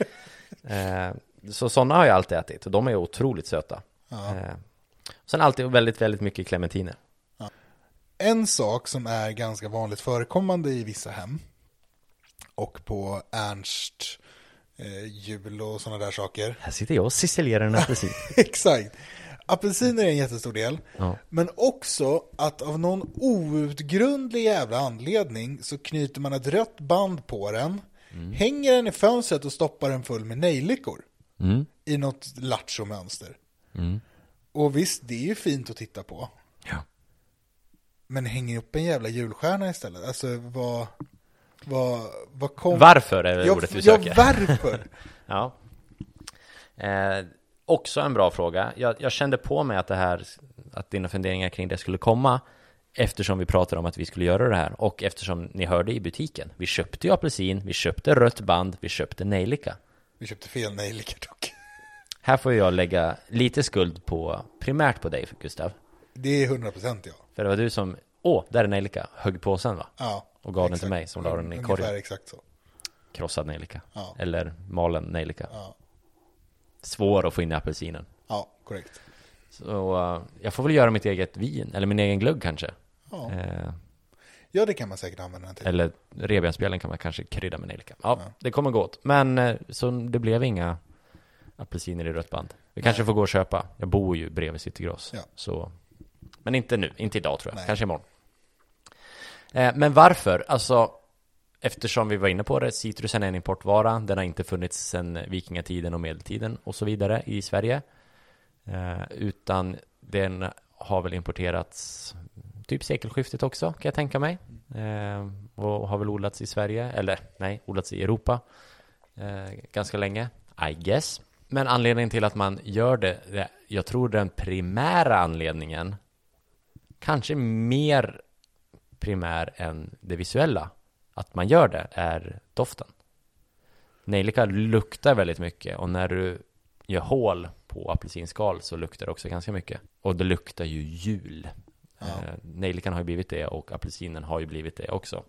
eh, så sådana har jag alltid ätit. Och de är otroligt söta. Ja. Eh, sen alltid väldigt, väldigt mycket clementiner. Ja. En sak som är ganska vanligt förekommande i vissa hem och på Ernst eh, jul och sådana där saker. Här sitter jag och sicilierar en apelsin. Exakt. Apelsiner är en jättestor del. Ja. Men också att av någon outgrundlig jävla anledning så knyter man ett rött band på den, mm. hänger den i fönstret och stoppar den full med nejlikor. Mm. I något lattjo-mönster. Mm. Och visst, det är ju fint att titta på. Ja. Men hänger upp en jävla julstjärna istället. Alltså, vad... vad, vad kom... Varför är det ja, ordet du ja, söker? varför? Ja. Eh, också en bra fråga. Jag, jag kände på mig att det här, att dina funderingar kring det skulle komma, eftersom vi pratade om att vi skulle göra det här, och eftersom ni hörde i butiken. Vi köpte ju apelsin, vi köpte rött band, vi köpte nejlika. Vi köpte fel nejlika dock. Här får jag lägga lite skuld på, primärt på dig, Gustav. Det är hundra procent, ja. För det var du som, åh, där är nejlika, högg påsen, va? Ja. Och gav exakt. den till mig som la den i Ungefär korgen. Exakt så. Krossad nejlika. Ja. Eller malen nejlika. Ja. Svår att få in i apelsinen. Ja, korrekt. Så uh, jag får väl göra mitt eget vin, eller min egen glögg kanske. Ja, Eh, ja det kan man säkert använda den till. eller revbensspjällen kan man kanske krydda med nejlika. Ja, Ja. det kommer gå åt. Men eh, så det blev inga apelsiner i rött band. Vi kanske Nej. får gå och köpa. Jag bor ju bredvid Citygross. Ja. Så. Men inte nu, inte idag tror jag. Nej. Kanske imorgon. Eh, men varför? Alltså, eftersom vi var inne på det, citrusen är en importvara. Den har inte funnits sedan vikingatiden och medeltiden och så vidare i Sverige. Eh, utan den har väl importerats typ sekelskiftet också, kan jag tänka mig. Eh, och har väl odlats i Sverige, eller nej, odlats i Europa eh, ganska länge, I guess. Men anledningen till att man gör det, det, jag tror den primära anledningen, kanske mer primär än det visuella, att man gör det, är doften. Nejlika luktar väldigt mycket, och när du gör hål på apelsinskal så luktar det också ganska mycket. Och det luktar ju jul. Ja. Eh, nejlikan har ju blivit det, och apelsinen har ju blivit det också.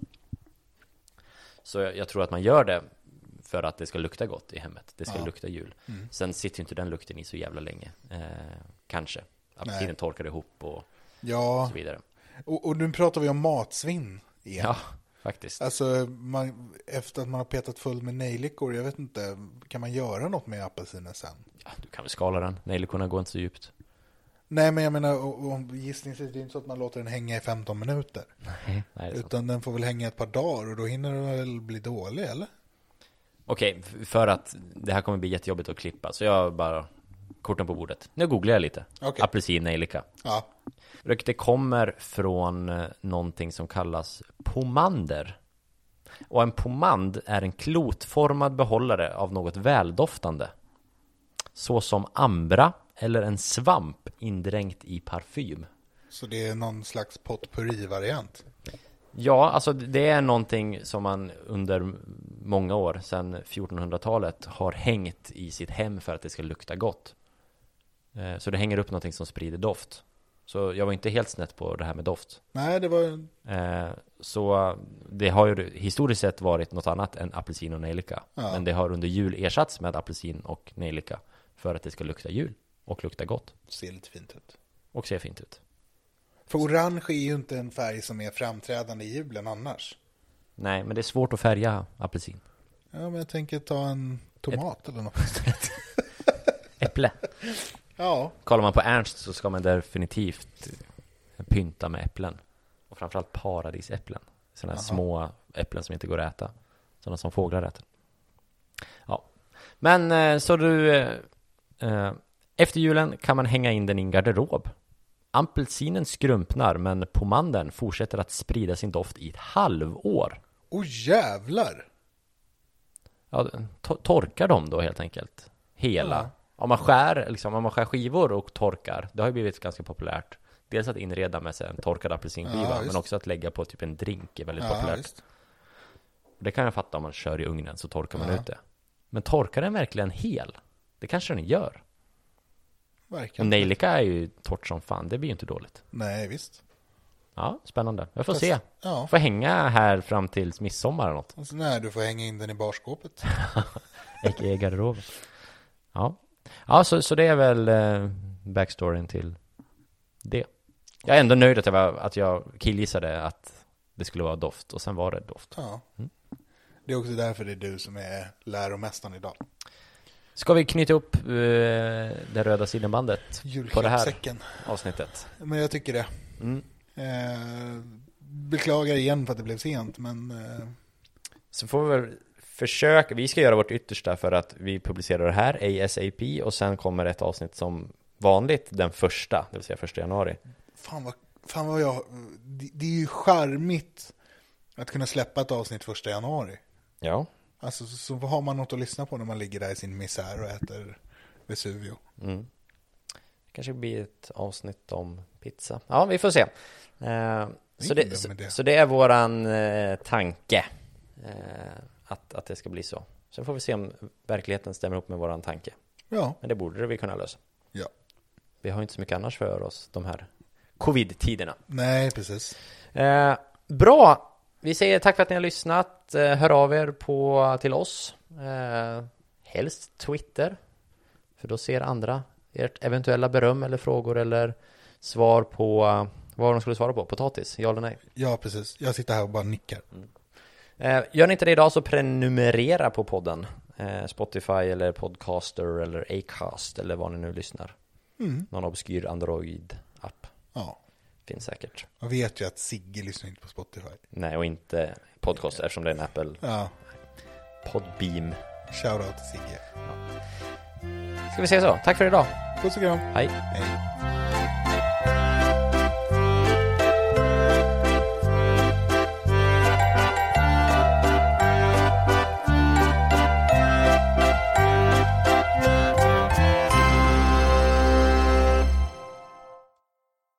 Så jag, jag tror att man gör det för att det ska lukta gott i hemmet. Det ska Ja. lukta jul. Mm. Sen sitter ju inte den lukten i så jävla länge. Eh, kanske. Apelsinen Nej. torkar ihop och Ja, så vidare. och, och nu pratar vi om matsvinn igen. Ja, faktiskt. Alltså, man, efter att man har petat full med nejlikor, jag vet inte, kan man göra något med apelsinen sen? Ja, du kan väl skala den. Nejlikorna går inte så djupt. Nej, men jag menar, om gissningsvis, det är inte så att man låter den hänga i femton minuter. Nej, nej, det är sant. Utan den får väl hänga ett par dagar, och då hinner den väl bli dålig, eller? Okej, f- för att det här kommer bli jättejobbigt att klippa, så jag bara korten på bordet. Nu googlar jag lite. Okej. Apelsin, nejlika. Ja. Och det kommer från eh, någonting som kallas pomander. Och en pomand är en klotformad behållare av något väldoftande. Så som ambra, eller en svamp indränkt i parfym. Så det är någon slags potpourri-variant? Ja, alltså det är någonting som man under många år, sedan fjortonhundratalet, har hängt i sitt hem för att det ska lukta gott. Så det hänger upp någonting som sprider doft. Så jag var inte helt snett på det här med doft. Nej, det var... Så det har ju historiskt sett varit något annat än apelsin och nejlika. Ja. Men det har under jul ersatts med apelsin och nejlika för att det ska lukta jul och lukta gott. Ser lite fint ut. Och ser fint ut. För orange är ju inte en färg som är framträdande i julen annars. Nej, men det är svårt att färga apelsin. Ja, men jag tänker ta en tomat Ett... eller något. Äpple. Ja. Kollar man på Ernst så ska man definitivt pynta med äpplen. Och framförallt paradisäpplen. Sådana här små äpplen som inte går att äta. Sådana som fåglar äter. Ja. Men så du... Eh, efter julen kan man hänga in den i en garderob. Apelsinen skrumpnar, men pomander fortsätter att sprida sin doft i ett halvår. Åh oh, jävlar! Ja, to- torkar de då helt enkelt. Hela. Ja. Om man skär, liksom, om man skär skivor och torkar, det har ju blivit ganska populärt. Dels att inreda med sig en torkad apelsinskiva, ja, men också att lägga på typ en drink är väldigt ja, populärt. Visst. Det kan jag fatta, om man kör i ugnen så torkar man ja. ut det. Men torkar den verkligen hel? Det kanske den gör. Verkligen. Och nejlika är ju torrt som fan, det blir ju inte dåligt. Nej, visst. Ja, spännande. Jag får Fast, se. Ja. Får hänga här fram till midsommar eller något. Alltså, nej, du får hänga in den i barskåpet. Icke i garderoben. Ja. Ja, så, så det är väl eh, backstoryn till det. Jag är ändå nöjd att jag, var, att jag killgissade att det skulle vara doft. Och sen var det doft. Ja. Mm. Det är också därför det är du som är läromästaren idag. Ska vi knyta upp uh, det röda sidenbandet på det här avsnittet? Men jag tycker det. Mm. Eh, beklagar igen för att det blev sent, men... Eh... Så får vi väl försöka... Vi ska göra vårt yttersta för att vi publicerar det här A S A P och sen kommer ett avsnitt som vanligt den första, det vill säga första januari. Fan vad, fan vad jag... Det, det är ju charmigt att kunna släppa ett avsnitt första januari. Ja. Alltså så, så har man något att lyssna på när man ligger där i sin misär och äter Vesuvio. Mm. Det kanske blir ett avsnitt om pizza. Ja, vi får se. Eh, så, det, så, det. så det är våran eh, tanke eh, att, att det ska bli så. Sen får vi se om verkligheten stämmer upp med våran tanke. Ja. Men det borde vi kunna lösa. Ja. Vi har inte så mycket annars för oss de här covid-tiderna. Nej, precis. Eh, bra! Vi säger tack för att ni har lyssnat. Hör av er på, till oss. Eh, helst Twitter. För då ser andra ert eventuella beröm eller frågor eller svar på vad de skulle svara på. Potatis, ja eller nej? Ja, precis. Jag sitter här och bara nickar. Mm. Eh, gör ni inte det idag så prenumerera på podden. Eh, Spotify eller Podcaster eller Acast eller vad ni nu lyssnar. Mm. Någon obskyr Android-app. Ja. Finns säkert. Jag vet ju att Sigge lyssnar inte på Spotify. Nej, och inte podcast eftersom det är en Apple. Ja. Podbeam. Shoutout till Sigge. Ja. Ska vi säga så? Tack för idag. Puss och kram. Hej. Hej.